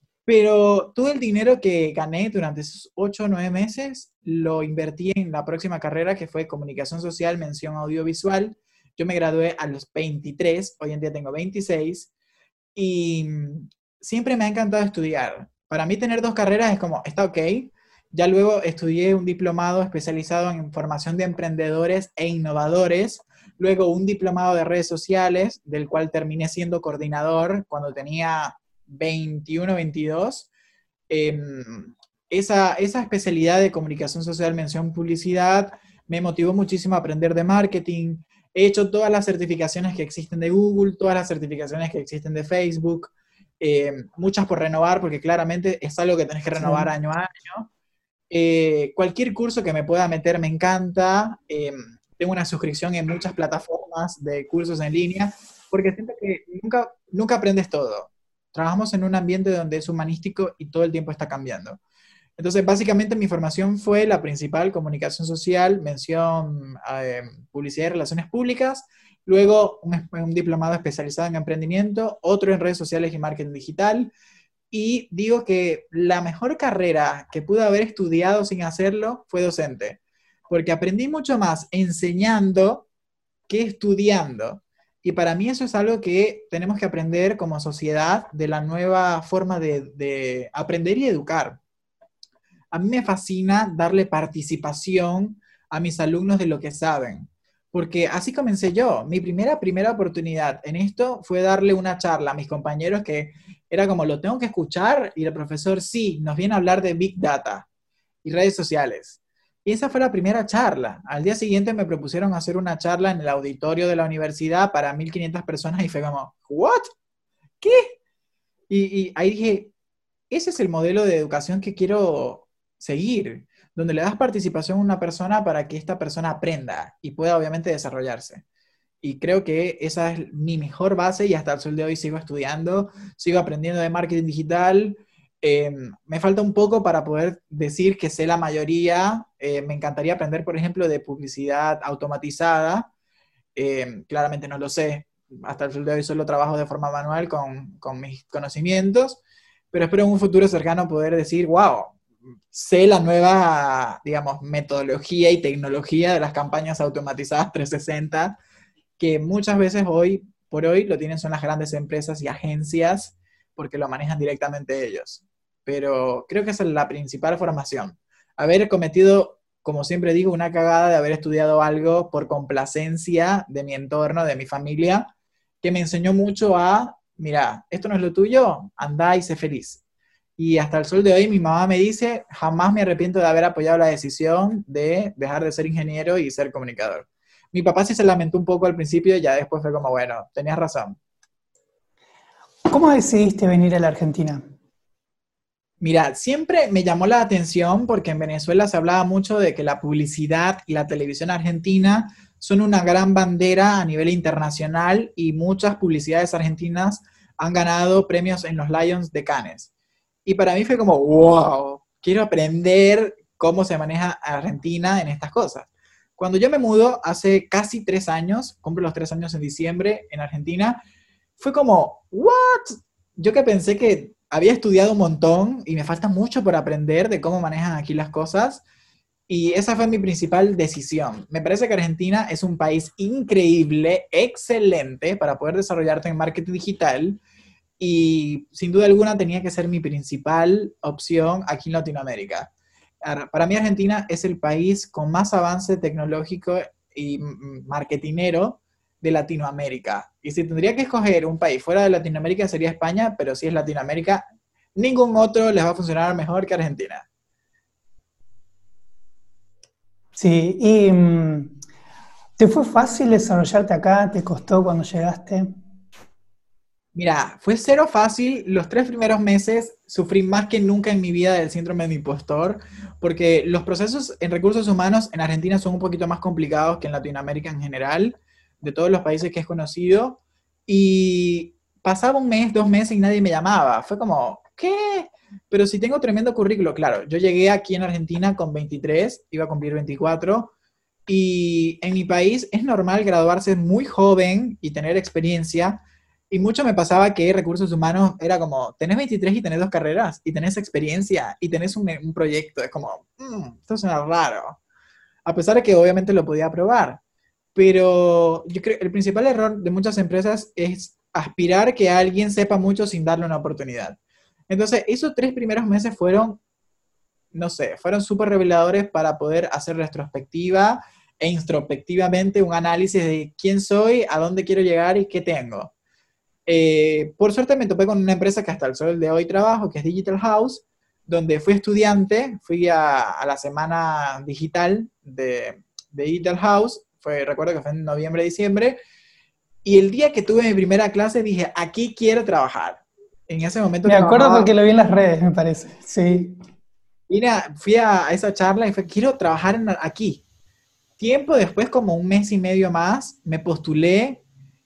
S3: Pero todo el dinero que gané durante esos ocho o nueve meses lo invertí en la próxima carrera, que fue Comunicación Social, Mención Audiovisual. Yo me gradué a los veintitrés, hoy en día tengo veintiséis, y siempre me ha encantado estudiar. Para mí tener dos carreras es como, está ok. Ya luego estudié un diplomado especializado en formación de emprendedores e innovadores, luego un diplomado de redes sociales, del cual terminé siendo coordinador cuando tenía veintiuno, veintidós. Eh, esa, esa especialidad de comunicación social, mención publicidad, me motivó muchísimo a aprender de marketing. He hecho todas las certificaciones que existen de Google, todas las certificaciones que existen de Facebook, eh, muchas por renovar, porque claramente es algo que tenés que renovar sí. año a año. Eh, cualquier curso que me pueda meter me encanta. Eh, tengo una suscripción en muchas plataformas de cursos en línea, porque siento que nunca, nunca aprendes todo. Trabajamos en un ambiente donde es humanístico y todo el tiempo está cambiando. Entonces, básicamente mi formación fue la principal, comunicación social, mención, eh, publicidad y relaciones públicas, luego un, un diplomado especializado en emprendimiento, otro en redes sociales y marketing digital, y digo que la mejor carrera que pude haber estudiado sin hacerlo fue docente, porque aprendí mucho más enseñando que estudiando. Y para mí eso es algo que tenemos que aprender como sociedad, de la nueva forma de, de aprender y educar. A mí me fascina darle participación a mis alumnos de lo que saben, porque así comencé yo. Mi primera, primera oportunidad en esto fue darle una charla a mis compañeros que era como, lo tengo que escuchar, y el profesor, sí, nos viene a hablar de Big Data y redes sociales. Y esa fue la primera charla. Al día siguiente me propusieron hacer una charla en el auditorio de la universidad para mil quinientas personas y fue como, ¿what? ¿Qué? Y, y ahí dije, ese es el modelo de educación que quiero seguir, donde le das participación a una persona para que esta persona aprenda y pueda obviamente desarrollarse. Y creo que esa es mi mejor base, y hasta el sol de hoy sigo estudiando, sigo aprendiendo de marketing digital. Eh, me falta un poco para poder decir que sé la mayoría. Eh, me encantaría aprender, por ejemplo, de publicidad automatizada. Eh, claramente no lo sé. Hasta el sol de hoy solo trabajo de forma manual con, con mis conocimientos, pero espero en un futuro cercano poder decir, wow, sé la nueva, digamos, metodología y tecnología de las campañas automatizadas trescientos sesenta, que muchas veces hoy por hoy lo tienen son las grandes empresas y agencias, porque lo manejan directamente ellos. Pero creo que esa es la principal formación. Haber cometido como siempre digo, una cagada de haber estudiado algo por complacencia de mi entorno, de mi familia, que me enseñó mucho a, mira, esto no es lo tuyo, andá y sé feliz. Y hasta el sol de hoy mi mamá me dice, jamás me arrepiento de haber apoyado la decisión de dejar de ser ingeniero y ser comunicador. Mi papá sí se lamentó un poco al principio y ya después fue como, bueno, tenías razón.
S2: ¿Cómo decidiste venir a la Argentina?
S3: Mira, siempre me llamó la atención porque en Venezuela se hablaba mucho de que la publicidad y la televisión argentina son una gran bandera a nivel internacional y muchas publicidades argentinas han ganado premios en los Lions de Cannes. Y para mí fue como, wow, quiero aprender cómo se maneja Argentina en estas cosas. Cuando yo me mudo hace casi tres años, cumplo los tres años en diciembre en Argentina, fue como, ¿what? Yo que pensé que había estudiado un montón y me falta mucho por aprender de cómo manejan aquí las cosas. Y esa fue mi principal decisión. Me parece que Argentina es un país increíble, excelente para poder desarrollarte en marketing digital. Y sin duda alguna tenía que ser mi principal opción aquí en Latinoamérica. Para mí Argentina es el país con más avance tecnológico y marketinero de Latinoamérica. Y si tendría que escoger un país fuera de Latinoamérica sería España, pero si es Latinoamérica, ningún otro les va a funcionar mejor que Argentina.
S2: Sí, y mm, ¿te fue fácil desarrollarte acá? ¿Te costó cuando llegaste?
S3: Mira, fue cero fácil. Los tres primeros meses sufrí más que nunca en mi vida del síndrome de impostor, porque los procesos en recursos humanos en Argentina son un poquito más complicados que en Latinoamérica en general, de todos los países que he conocido, y pasaba un mes, dos meses y nadie me llamaba. Fue como, ¿qué? Pero si tengo tremendo currículo, claro, yo llegué aquí en Argentina con veintitrés, iba a cumplir veinticuatro, y en mi país es normal graduarse muy joven y tener experiencia, y mucho me pasaba que recursos humanos era como, tenés veintitrés y tenés dos carreras, y tenés experiencia, y tenés un, un proyecto, es como, mmm, esto suena raro, a pesar de que obviamente lo podía probar. Pero yo creo que el principal error de muchas empresas es aspirar que alguien sepa mucho sin darle una oportunidad. Entonces, esos tres primeros meses fueron, no sé, fueron súper reveladores para poder hacer retrospectiva e introspectivamente un análisis de quién soy, a dónde quiero llegar y qué tengo. Eh, por suerte me topé con una empresa que hasta el sol de hoy trabajo, que es Digital House, donde fui estudiante, fui a, a la semana digital de, de Digital House, fue, recuerdo que fue en noviembre, diciembre, y el día que tuve mi primera clase dije, aquí quiero trabajar. En ese momento
S2: Me acuerdo
S3: trabajaba,
S2: porque lo vi en las redes, me parece. Sí.
S3: vine a- fui a, a esa charla y fue, quiero trabajar en, aquí. Tiempo después, como un mes y medio más, me postulé,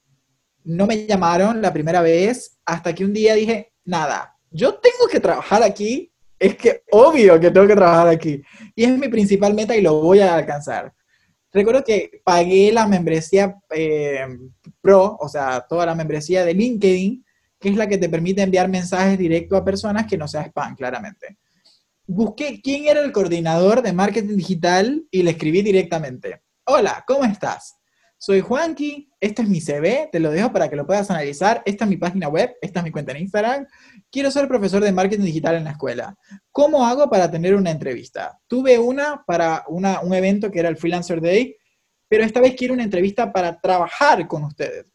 S3: no me llamaron la primera vez, hasta que un día dije, nada, yo tengo que trabajar aquí, es que obvio que tengo que trabajar aquí. Y es mi principal meta y lo voy a alcanzar. Recuerdo que pagué la membresía eh, Pro, o sea, toda la membresía de LinkedIn, que es la que te permite enviar mensajes directos a personas que no sea spam, claramente. Busqué quién era el coordinador de marketing digital y le escribí directamente. Hola, ¿cómo estás? Soy Juanqui, este es mi C V, te lo dejo para que lo puedas analizar. Esta es mi página web, esta es mi cuenta en Instagram. Quiero ser profesor de marketing digital en la escuela. ¿Cómo hago para tener una entrevista? Tuve una para una, un evento que era el Freelancer Day, pero esta vez quiero una entrevista para trabajar con ustedes.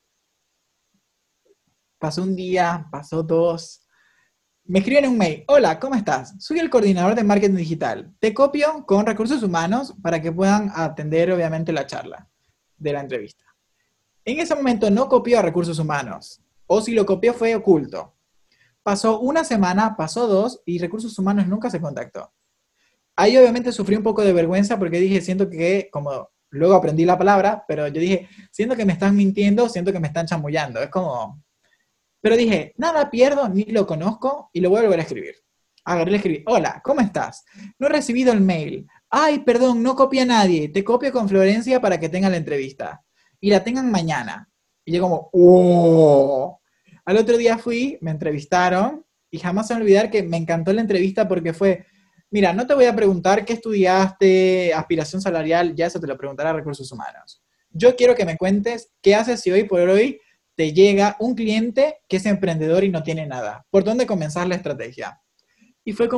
S3: Pasó un día, pasó dos. Me escriben un mail. Hola, ¿cómo estás? Soy el coordinador de marketing digital. Te copio con recursos humanos para que puedan atender, obviamente, la charla de la entrevista. En ese momento no copió a recursos humanos, o si lo copió fue oculto. Pasó una semana, pasó dos, y recursos humanos nunca se contactó. Ahí obviamente sufrí un poco de vergüenza porque dije, siento que, como luego aprendí la palabra, pero yo dije, siento que me están mintiendo, siento que me están chamullando. Es como... Pero dije, nada pierdo, ni lo conozco, y lo voy a volver a escribir. Agarré y le escribí, hola, ¿cómo estás? No he recibido el mail. Ay, perdón, no copia a nadie. Te copio con Florencia para que tengan la entrevista. Y la tengan mañana. Y yo como, ¡oh! Al otro día fui, me entrevistaron, y jamás se me va a olvidar que me encantó la entrevista porque fue, mira, no te voy a preguntar qué estudiaste, aspiración salarial, ya eso te lo preguntará Recursos Humanos. Yo quiero que me cuentes qué haces si hoy por hoy te llega un cliente que es emprendedor y no tiene nada. ¿Por dónde comenzar la estrategia? Y fue como,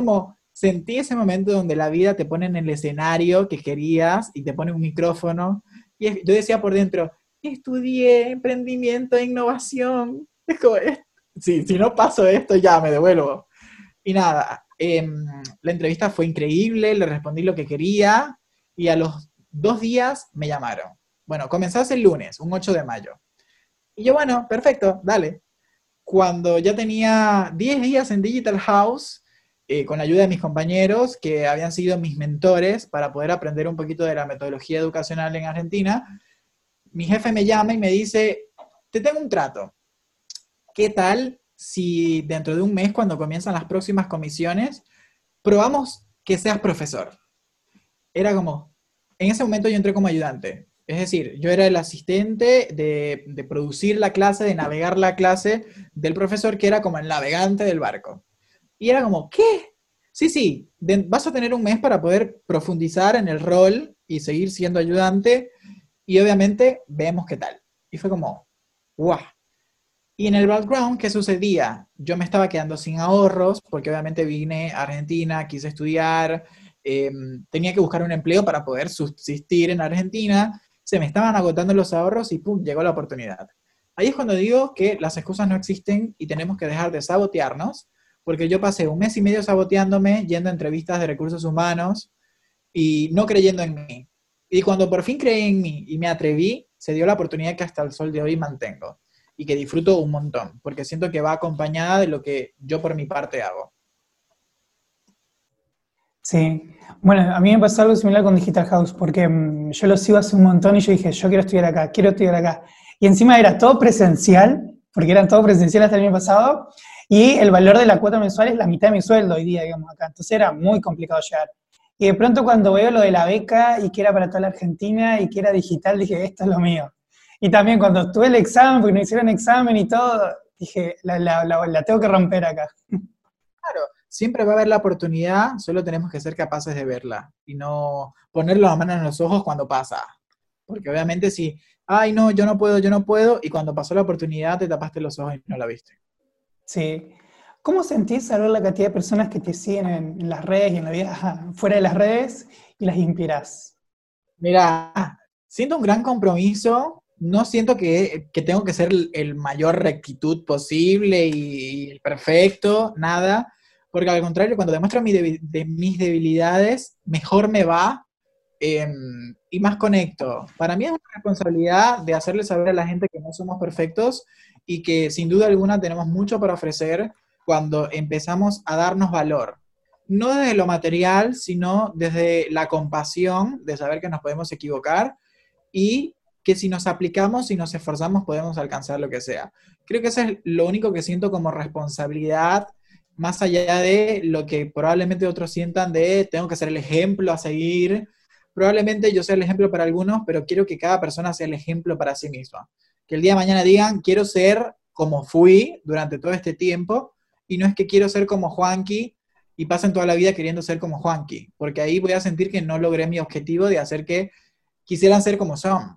S3: sentí ese momento donde la vida te pone en el escenario que querías y te pone un micrófono. Y es- yo decía por dentro, estudié emprendimiento e innovación. Es como, es- si, si no paso esto, ya me devuelvo. Y nada, em, la entrevista fue increíble, le respondí lo que quería y a los dos días me llamaron. Bueno, comenzás el lunes, un ocho de mayo. Y yo, bueno, perfecto, dale. Cuando ya tenía diez días en Digital House, eh, con la ayuda de mis compañeros, que habían sido mis mentores para poder aprender un poquito de la metodología educacional en Argentina, mi jefe me llama y me dice, te tengo un trato. ¿Qué tal si dentro de un mes, cuando comienzan las próximas comisiones, probamos que seas profesor? Era como, en ese momento yo entré como ayudante. Es decir, yo era el asistente de, de producir la clase, de navegar la clase del profesor, que era como el navegante del barco. Y era como, ¿qué? Sí, sí, de- vas a tener un mes para poder profundizar en el rol y seguir siendo ayudante. Y obviamente vemos qué tal. Y fue como, ¡guau! Y en el background, ¿qué sucedía? Yo me estaba quedando sin ahorros, porque obviamente vine a Argentina, quise estudiar, eh, tenía que buscar un empleo para poder subsistir en Argentina, se me estaban agotando los ahorros y ¡pum! Llegó la oportunidad. Ahí es cuando digo que las excusas no existen y tenemos que dejar de sabotearnos, porque yo pasé un mes y medio saboteándome, yendo a entrevistas de recursos humanos y no creyendo en mí. Y cuando por fin creí en mí y me atreví, se dio la oportunidad que hasta el sol de hoy mantengo y que disfruto un montón, porque siento que va acompañada de lo que yo por mi parte hago.
S2: Sí, bueno, a mí me pasó algo similar con Digital House, porque mm, yo lo sigo hace un montón y yo dije, yo quiero estudiar acá, quiero estudiar acá. Y encima era todo presencial, porque eran todo presencial hasta el año pasado, y el valor de la cuota mensual es la mitad de mi sueldo hoy día, digamos, acá. Entonces era muy complicado llegar. Y de pronto cuando veo lo de la beca y que era para toda la Argentina y que era digital, dije, esto es lo mío. Y también cuando tuve el examen, porque nos hicieron examen y todo, dije, la, la, la, la tengo que romper acá.
S3: Claro, siempre va a haber la oportunidad, solo tenemos que ser capaces de verla y no ponerlo la mano en los ojos cuando pasa. Porque obviamente si, ay no, yo no puedo, yo no puedo, y cuando pasó la oportunidad te tapaste los ojos y no la viste.
S2: Sí. ¿Cómo sentís al ver la cantidad de personas que te siguen en, en las redes y en la vida ajá, fuera de las redes y las inspirás?
S3: Mira, siento un gran compromiso, no siento que, que tengo que ser el, el mayor rectitud posible y, y el perfecto, nada, porque al contrario, cuando demuestro mi debi- de mis debilidades, mejor me va eh, y más conecto. Para mí es una responsabilidad de hacerle saber a la gente que no somos perfectos y que sin duda alguna tenemos mucho para ofrecer cuando empezamos a darnos valor. No desde lo material, sino desde la compasión de saber que nos podemos equivocar y que si nos aplicamos y nos esforzamos podemos alcanzar lo que sea. Creo que eso es lo único que siento como responsabilidad, más allá de lo que probablemente otros sientan de tengo que ser el ejemplo a seguir. Probablemente yo sea el ejemplo para algunos, pero quiero que cada persona sea el ejemplo para sí misma. Que el día de mañana digan, quiero ser como fui durante todo este tiempo, y no es que quiero ser como Juanqui y pasen toda la vida queriendo ser como Juanqui, porque ahí voy a sentir que no logré mi objetivo de hacer que quisieran ser como son.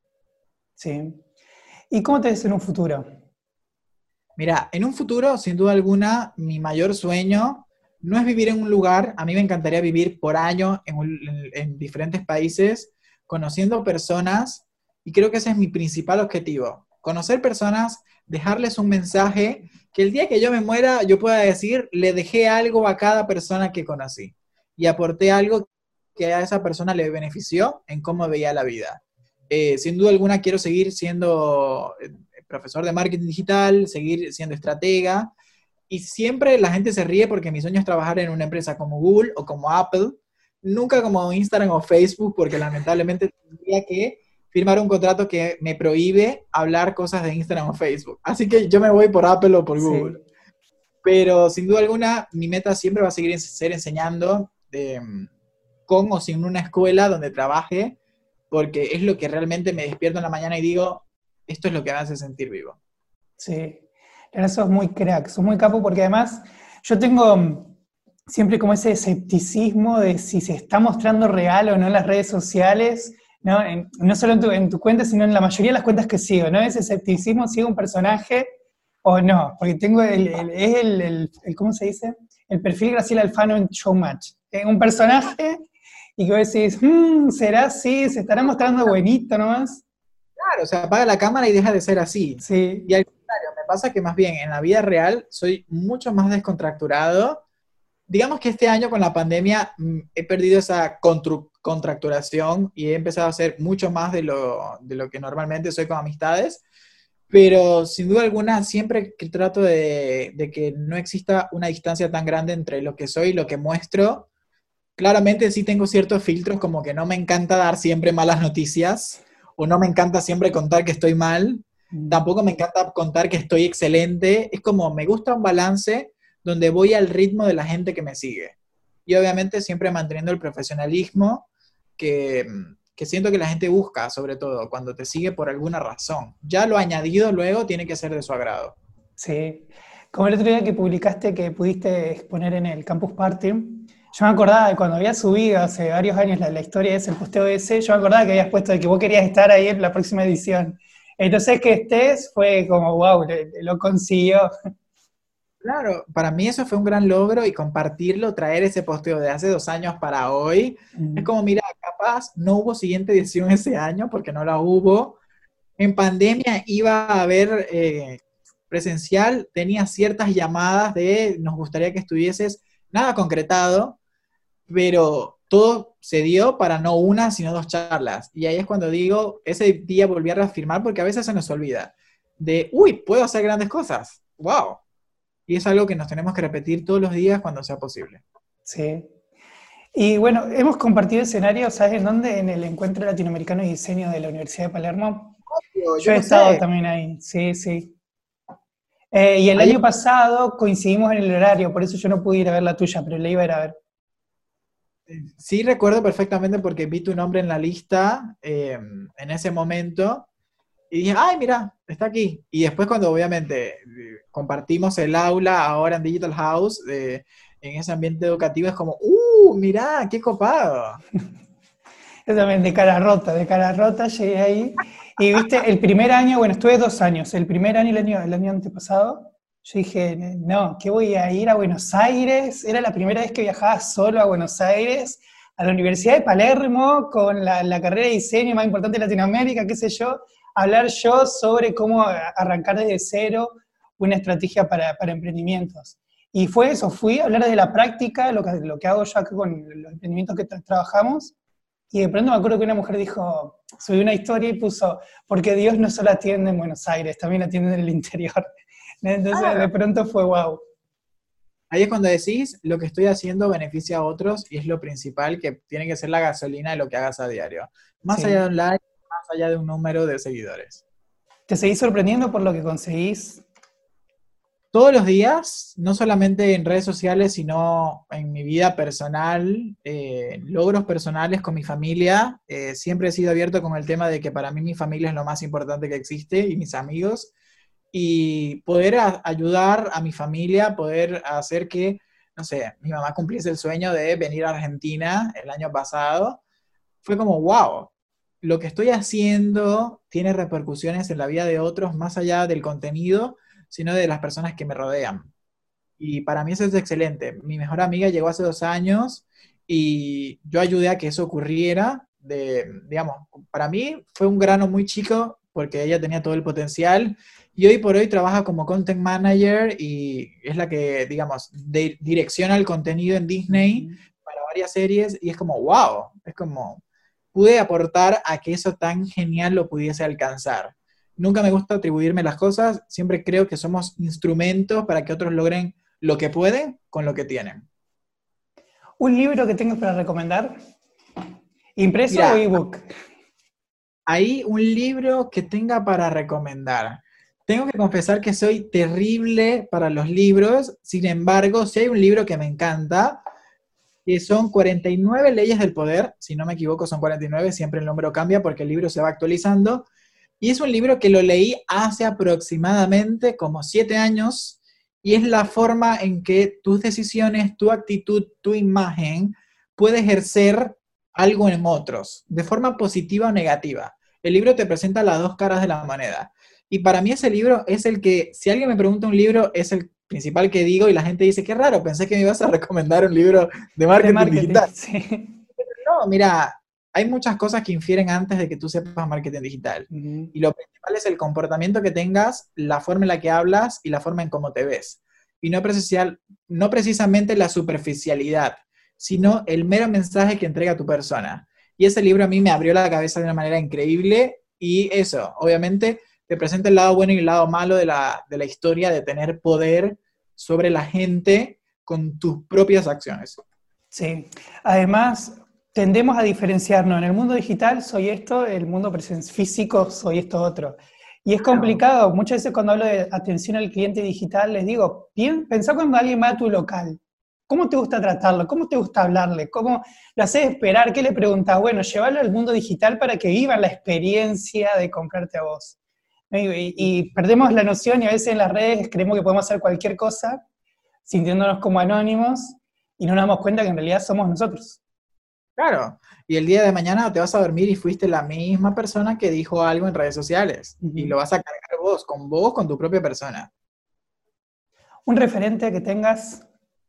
S2: Sí. ¿Y cómo te ves en un futuro?
S3: Mira, en un futuro, sin duda alguna, mi mayor sueño no es vivir en un lugar, a mí me encantaría vivir por año en, un- en- en diferentes países, conociendo personas, y creo que ese es mi principal objetivo, conocer personas, dejarles un mensaje, que el día que yo me muera yo pueda decir, le dejé algo a cada persona que conocí, y aporté algo que a esa persona le benefició en cómo veía la vida. Eh, sin duda alguna quiero seguir siendo eh, profesor de marketing digital, seguir siendo estratega, y siempre la gente se ríe porque mi sueño es trabajar en una empresa como Google o como Apple, nunca como Instagram o Facebook, porque lamentablemente tendría que firmar un contrato que me prohíbe hablar cosas de Instagram o Facebook. Así que yo me voy por Apple o por
S2: Sí.
S3: Google. Pero sin duda alguna, mi meta siempre va a seguir en ser enseñando eh, con o sin una escuela donde trabaje, porque es lo que realmente me despierto en la mañana y digo, esto es lo que me hace sentir vivo.
S2: Sí, la verdad sos muy crack, sos muy capo porque además yo tengo mm, siempre como ese escepticismo de si se está mostrando real o no en las redes sociales, ¿no? En- no solo en tu, en tu cuenta, sino en la mayoría de las cuentas que sigo, ¿no? Ese escepticismo, sigo un personaje o no, porque tengo el, el, es el, el, el, ¿cómo se dice? El perfil Graciela Alfano en Showmatch. Es un personaje y que vos decís, mmm, ¿será así? ¿Se estará mostrando buenito nomás?
S3: Claro, o sea, apaga la cámara y deja de ser así.
S2: Sí.
S3: Y al contrario, me pasa que más bien en la vida real soy mucho más descontracturado. Digamos que este año con la pandemia mm, he perdido esa contru- contracturación y he empezado a hacer mucho más de lo, de lo que normalmente soy con amistades, pero sin duda alguna siempre que trato de, de que no exista una distancia tan grande entre lo que soy y lo que muestro. Claramente sí tengo ciertos filtros, como que no me encanta dar siempre malas noticias o no me encanta siempre contar que estoy mal, tampoco me encanta contar que estoy excelente, es como me gusta un balance donde voy al ritmo de la gente que me sigue. Y obviamente siempre manteniendo el profesionalismo que, que siento que la gente busca, sobre todo cuando te sigue por alguna razón. Ya lo añadido luego tiene que ser de su agrado.
S2: Sí. Como el otro día que publicaste que pudiste exponer en el Campus Party, yo me acordaba de cuando había subido hace varios años la, la historia ese, el posteo ese, yo me acordaba que habías puesto de que vos querías estar ahí en la próxima edición. Entonces que estés fue como, wow, lo consiguió.
S3: Claro, para mí eso fue un gran logro y compartirlo, traer ese posteo de hace dos años para hoy, es como, mira, capaz no hubo siguiente edición ese año porque no la hubo. En pandemia iba a haber eh, presencial, tenía ciertas llamadas de nos gustaría que estuvieses, nada concretado, pero todo se dio para no una, sino dos charlas. Y ahí es cuando digo, ese día volví a reafirmar porque a veces se nos olvida de, uy, puedo hacer grandes cosas, wow. Y es algo que nos tenemos que repetir todos los días cuando sea posible.
S2: Sí. Y bueno, hemos compartido escenario, ¿sabes en dónde? En el Encuentro Latinoamericano de Diseño de la Universidad de Palermo.
S3: Obvio,
S2: Yo
S3: yo
S2: he
S3: lo
S2: estado
S3: sé.
S2: también ahí, sí, sí. Eh, y el
S3: Ayer
S2: año pasado coincidimos en el horario, por eso yo no pude ir a ver la tuya, pero la iba a ir a ver.
S3: sí recuerdo perfectamente porque vi tu nombre en la lista eh, en ese momento y dije, ay, mira, está aquí. Y después cuando obviamente eh, compartimos el aula ahora en Digital House, eh, en ese ambiente educativo, es como, uh, mira, qué copado.
S2: Yo también de cara rota, de cara rota llegué ahí. Y viste, el primer año, bueno, estuve dos años, el primer año y el año, el año antepasado, yo dije, no, ¿qué voy a ir a Buenos Aires? Era la primera vez que viajaba solo a Buenos Aires, a la Universidad de Palermo, con la, la carrera de diseño más importante de Latinoamérica, qué sé yo, hablar yo sobre cómo arrancar desde cero una estrategia para, para emprendimientos. Y fue eso, fui a hablar de la práctica, lo que, lo que hago yo acá con los emprendimientos que tra- trabajamos, y de pronto me acuerdo que una mujer dijo, subió una historia y puso, porque Dios no solo atiende en Buenos Aires, también atiende en el interior. Entonces de pronto fue wow.
S3: Ahí es cuando decís, lo que estoy haciendo beneficia a otros y es lo principal que tiene que ser la gasolina de lo que hagas a diario. Más allá
S2: Sí.
S3: de un like, más allá de un número de seguidores.
S2: ¿Te seguís sorprendiendo por lo que conseguís?
S3: Todos los días, no solamente en redes sociales, sino en mi vida personal, eh, logros personales con mi familia. Eh, siempre he sido abierto con el tema de que para mí mi familia es lo más importante que existe y mis amigos. Y poder a- ayudar a mi familia, poder hacer que, no sé, mi mamá cumpliese el sueño de venir a Argentina el año pasado, fue como, wow, lo que estoy haciendo tiene repercusiones en la vida de otros más allá del contenido, sino de las personas que me rodean. Y para mí eso es excelente. Mi mejor amiga llegó hace dos años y yo ayudé a que eso ocurriera. De, digamos, para mí fue un grano muy chico porque ella tenía todo el potencial y hoy por hoy trabaja como content manager y es la que, digamos, de- direcciona el contenido en Disney para varias series y es como, wow, es como, pude aportar a que eso tan genial lo pudiese alcanzar. Nunca me gusta atribuirme las cosas, siempre creo que somos instrumentos para que otros logren lo que pueden con lo que tienen.
S2: ¿Un libro que tengas para recomendar? ¿Impreso o
S3: Mira,
S2: ebook?
S3: hay un libro que tenga para recomendar. Tengo que confesar que soy terrible para los libros, sin embargo, si hay un libro que me encanta, que son cuarenta y nueve leyes del poder, si no me equivoco son cuarenta y nueve, siempre el número cambia porque el libro se va actualizando, y es un libro que lo leí hace aproximadamente como siete años, y es la forma en que tus decisiones, tu actitud, tu imagen puede ejercer algo en otros, de forma positiva o negativa. El libro te presenta las dos caras de la moneda. Y para mí ese libro es el que, si alguien me pregunta un libro, es el principal que digo y la gente dice, qué raro, pensé que me ibas a recomendar un libro de
S2: De
S3: marketing
S2: marketing,
S3: digital.
S2: sí.
S3: No, mira, hay muchas cosas que infieren antes de que tú sepas marketing digital.
S2: Ujú.
S3: Y lo principal es el comportamiento que tengas, la forma en la que hablas y la forma en cómo te ves. Y no, precisal, no precisamente la superficialidad, sino el mero mensaje que entrega tu persona. Y ese libro a mí me abrió la cabeza de una manera increíble y eso, obviamente, te presenta el lado bueno y el lado malo de la, de la historia de tener poder sobre la gente con tus propias acciones.
S2: Sí. Además, tendemos a diferenciarnos. En el mundo digital soy esto, en el mundo presen- físico soy esto otro. Y es
S3: Claro.
S2: complicado. Muchas veces cuando hablo de atención al cliente digital, les digo, bien, pensá cuando alguien va a tu local. ¿Cómo te gusta tratarlo? ¿Cómo te gusta hablarle? ¿Cómo lo haces esperar? ¿Qué le preguntas? Bueno, llévalo al mundo digital para que vivan la experiencia de comprarte a vos. ¿No? Y, y- y perdemos la noción y a veces en las redes creemos que podemos hacer cualquier cosa sintiéndonos como anónimos y no nos damos cuenta que en realidad somos nosotros.
S3: Claro, y el día de mañana te vas a dormir y fuiste la misma persona que dijo algo en redes sociales y
S2: Uh-huh.
S3: lo vas a cargar vos, con vos, con tu propia persona.
S2: Un referente que tengas.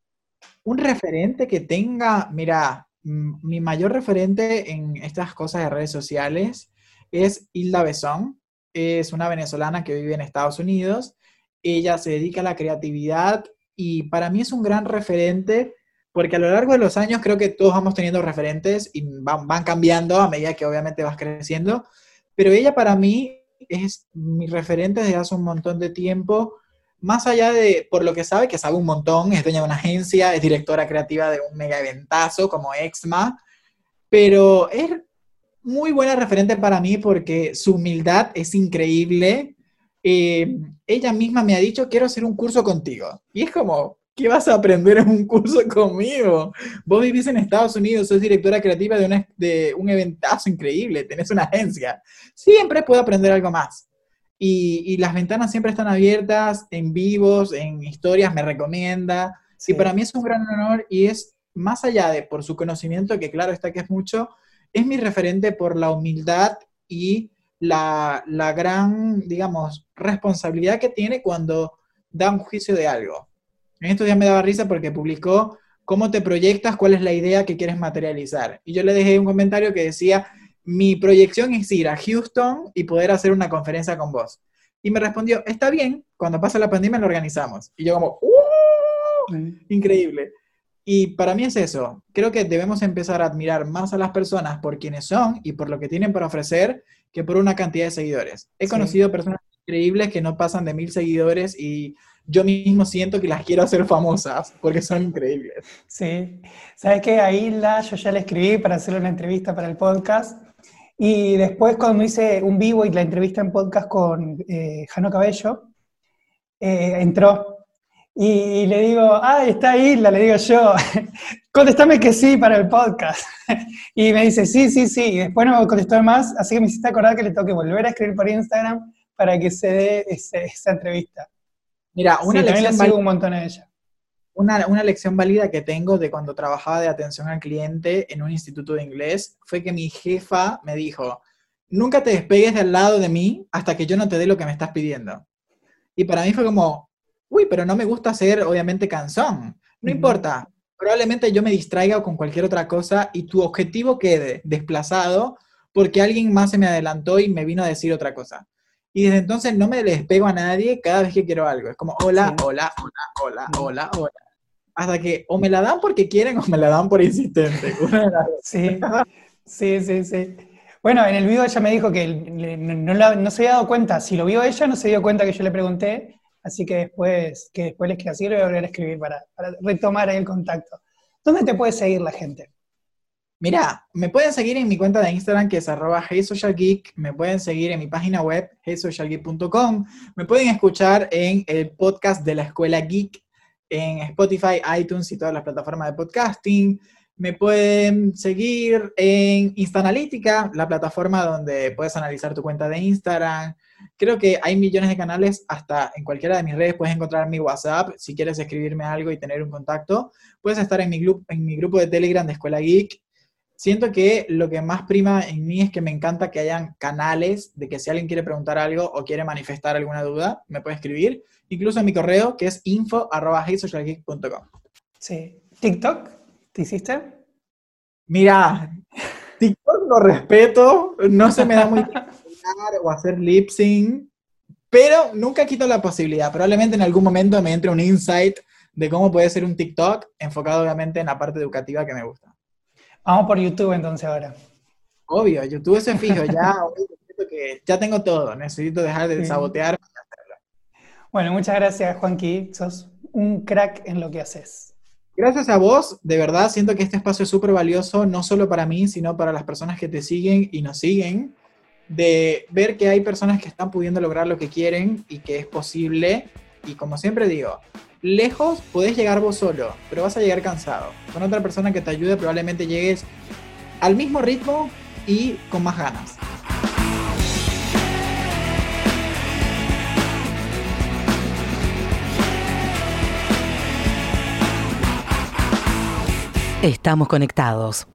S3: Un referente que tenga, mira, mm, mi mayor referente en estas cosas de redes sociales es Hilda Besón, es una venezolana que vive en Estados Unidos, ella se dedica a la creatividad y para mí es un gran referente porque a lo largo de los años creo que todos vamos teniendo referentes y van, van cambiando a medida que obviamente vas creciendo, pero ella para mí es mi referente desde hace un montón de tiempo más allá de, por lo que sabe, que sabe un montón, es dueña de una agencia, es directora creativa de un mega eventazo como Exma, pero es muy buena referente para mí porque su humildad es increíble. Eh, ella misma me ha dicho, quiero hacer un curso contigo. Y es como, ¿qué vas a aprender en un curso conmigo? Vos vivís en Estados Unidos, sos directora creativa de, una, de un eventazo increíble, tenés una agencia. Siempre puedo aprender algo más. Y, y las ventanas siempre están abiertas, en vivos, en historias, me recomienda. Y
S2: Sí,
S3: para mí es un gran honor y es más allá de por su conocimiento, que claro está que es mucho, es mi referente por la humildad y la, la gran, digamos, responsabilidad que tiene cuando da un juicio de algo. En estos días me daba risa porque publicó cómo te proyectas, cuál es la idea que quieres materializar. Y yo le dejé un comentario que decía, mi proyección es ir a Houston y poder hacer una conferencia con vos. Y me respondió, está bien, cuando pase la pandemia lo organizamos. Y yo como, ¡uh! Increíble. Y para mí es eso. Creo que debemos empezar a admirar más a las personas por quienes son y por lo que tienen para ofrecer que por una cantidad de seguidores. He
S2: sí,
S3: conocido personas increíbles que no pasan de mil seguidores y yo mismo siento que las quiero hacer famosas porque son increíbles.
S2: sí. ¿Sabes qué? A Hilda yo ya le escribí para hacerle una entrevista para el podcast. Y después cuando hice un vivo y la entrevista en podcast con eh, Jano Cabello, eh, entró. Y, y le digo, ah, está Hilda, le digo yo, contéstame que sí para el podcast. Y me dice, sí, sí, sí. Y después no me contestó más, así que me hiciste acordar que le tengo que volver a escribir por Instagram para que se dé ese, esa entrevista.
S3: Mira, una
S2: Sí, también la
S3: lección
S2: sigo
S3: válida,
S2: un montón a ella.
S3: una, una lección válida que tengo de cuando trabajaba de atención al cliente en un instituto de inglés fue que mi jefa me dijo, nunca te despegues del lado de mí hasta que yo no te dé lo que me estás pidiendo. Y para mí fue como, uy, pero no me gusta ser obviamente cansón. No
S2: Ujú.
S3: importa, probablemente yo me distraiga con cualquier otra cosa y tu objetivo quede desplazado porque alguien más se me adelantó y me vino a decir otra cosa. Y desde entonces no me despego a nadie cada vez que quiero algo. Es como, hola,
S2: Sí.
S3: hola, hola, hola,
S2: Mm.
S3: hola, hola. Hasta que o me la dan porque quieren o me la dan por insistente. Una de las
S2: Sí,
S3: dos.
S2: sí, sí, sí. Bueno, en el video ella me dijo que le- no, no la- no se había dado cuenta. Si lo vio ella, no se dio cuenta que yo le pregunté. Así que después, que después le escribí, así que le voy a volver a escribir para, para retomar ahí el contacto. ¿Dónde te puede seguir la gente?
S3: Mira, me pueden seguir en mi cuenta de Instagram que es arroba heysocialgeek, me pueden seguir en mi página web heysocialgeek punto com, me pueden escuchar en el podcast de la Escuela Geek en Spotify, iTunes y todas las plataformas de podcasting, me pueden seguir en Instanalytica, la plataforma donde puedes analizar tu cuenta de Instagram. Creo que hay millones de canales, hasta en cualquiera de mis redes puedes encontrar mi WhatsApp si quieres escribirme algo y tener un contacto. Puedes estar en mi, grupo, en mi grupo de Telegram de Escuela Geek. siento que lo que más prima en mí es que me encanta que hayan canales de que si alguien quiere preguntar algo o quiere manifestar alguna duda, me puede escribir, incluso en mi correo que es info arroba hey social geek punto com.
S2: Sí. ¿TikTok? ¿Te hiciste?
S3: Mira, TikTok lo respeto, no se me da muy bien hablar o hacer lip sync, pero nunca quito la posibilidad. Probablemente en algún momento me entre un insight de cómo puede ser un TikTok enfocado obviamente en la parte educativa que me gusta.
S2: Vamos por YouTube entonces ahora.
S3: Obvio, YouTube es fijo, ya, siento que ya tengo todo, necesito dejar de
S2: Sí.
S3: sabotear.
S2: Bueno, muchas gracias, Juanqui. Sos un crack en lo que haces.
S3: Gracias a vos, de verdad siento que este espacio es súper valioso, no solo para mí, sino para las personas que te siguen y nos siguen, de ver que hay personas que están pudiendo lograr lo que quieren y que es posible. Y como siempre digo, lejos podés llegar vos solo, pero vas a llegar cansado. Con otra persona que te ayude probablemente llegues al mismo ritmo y con más ganas.
S1: Estamos conectados.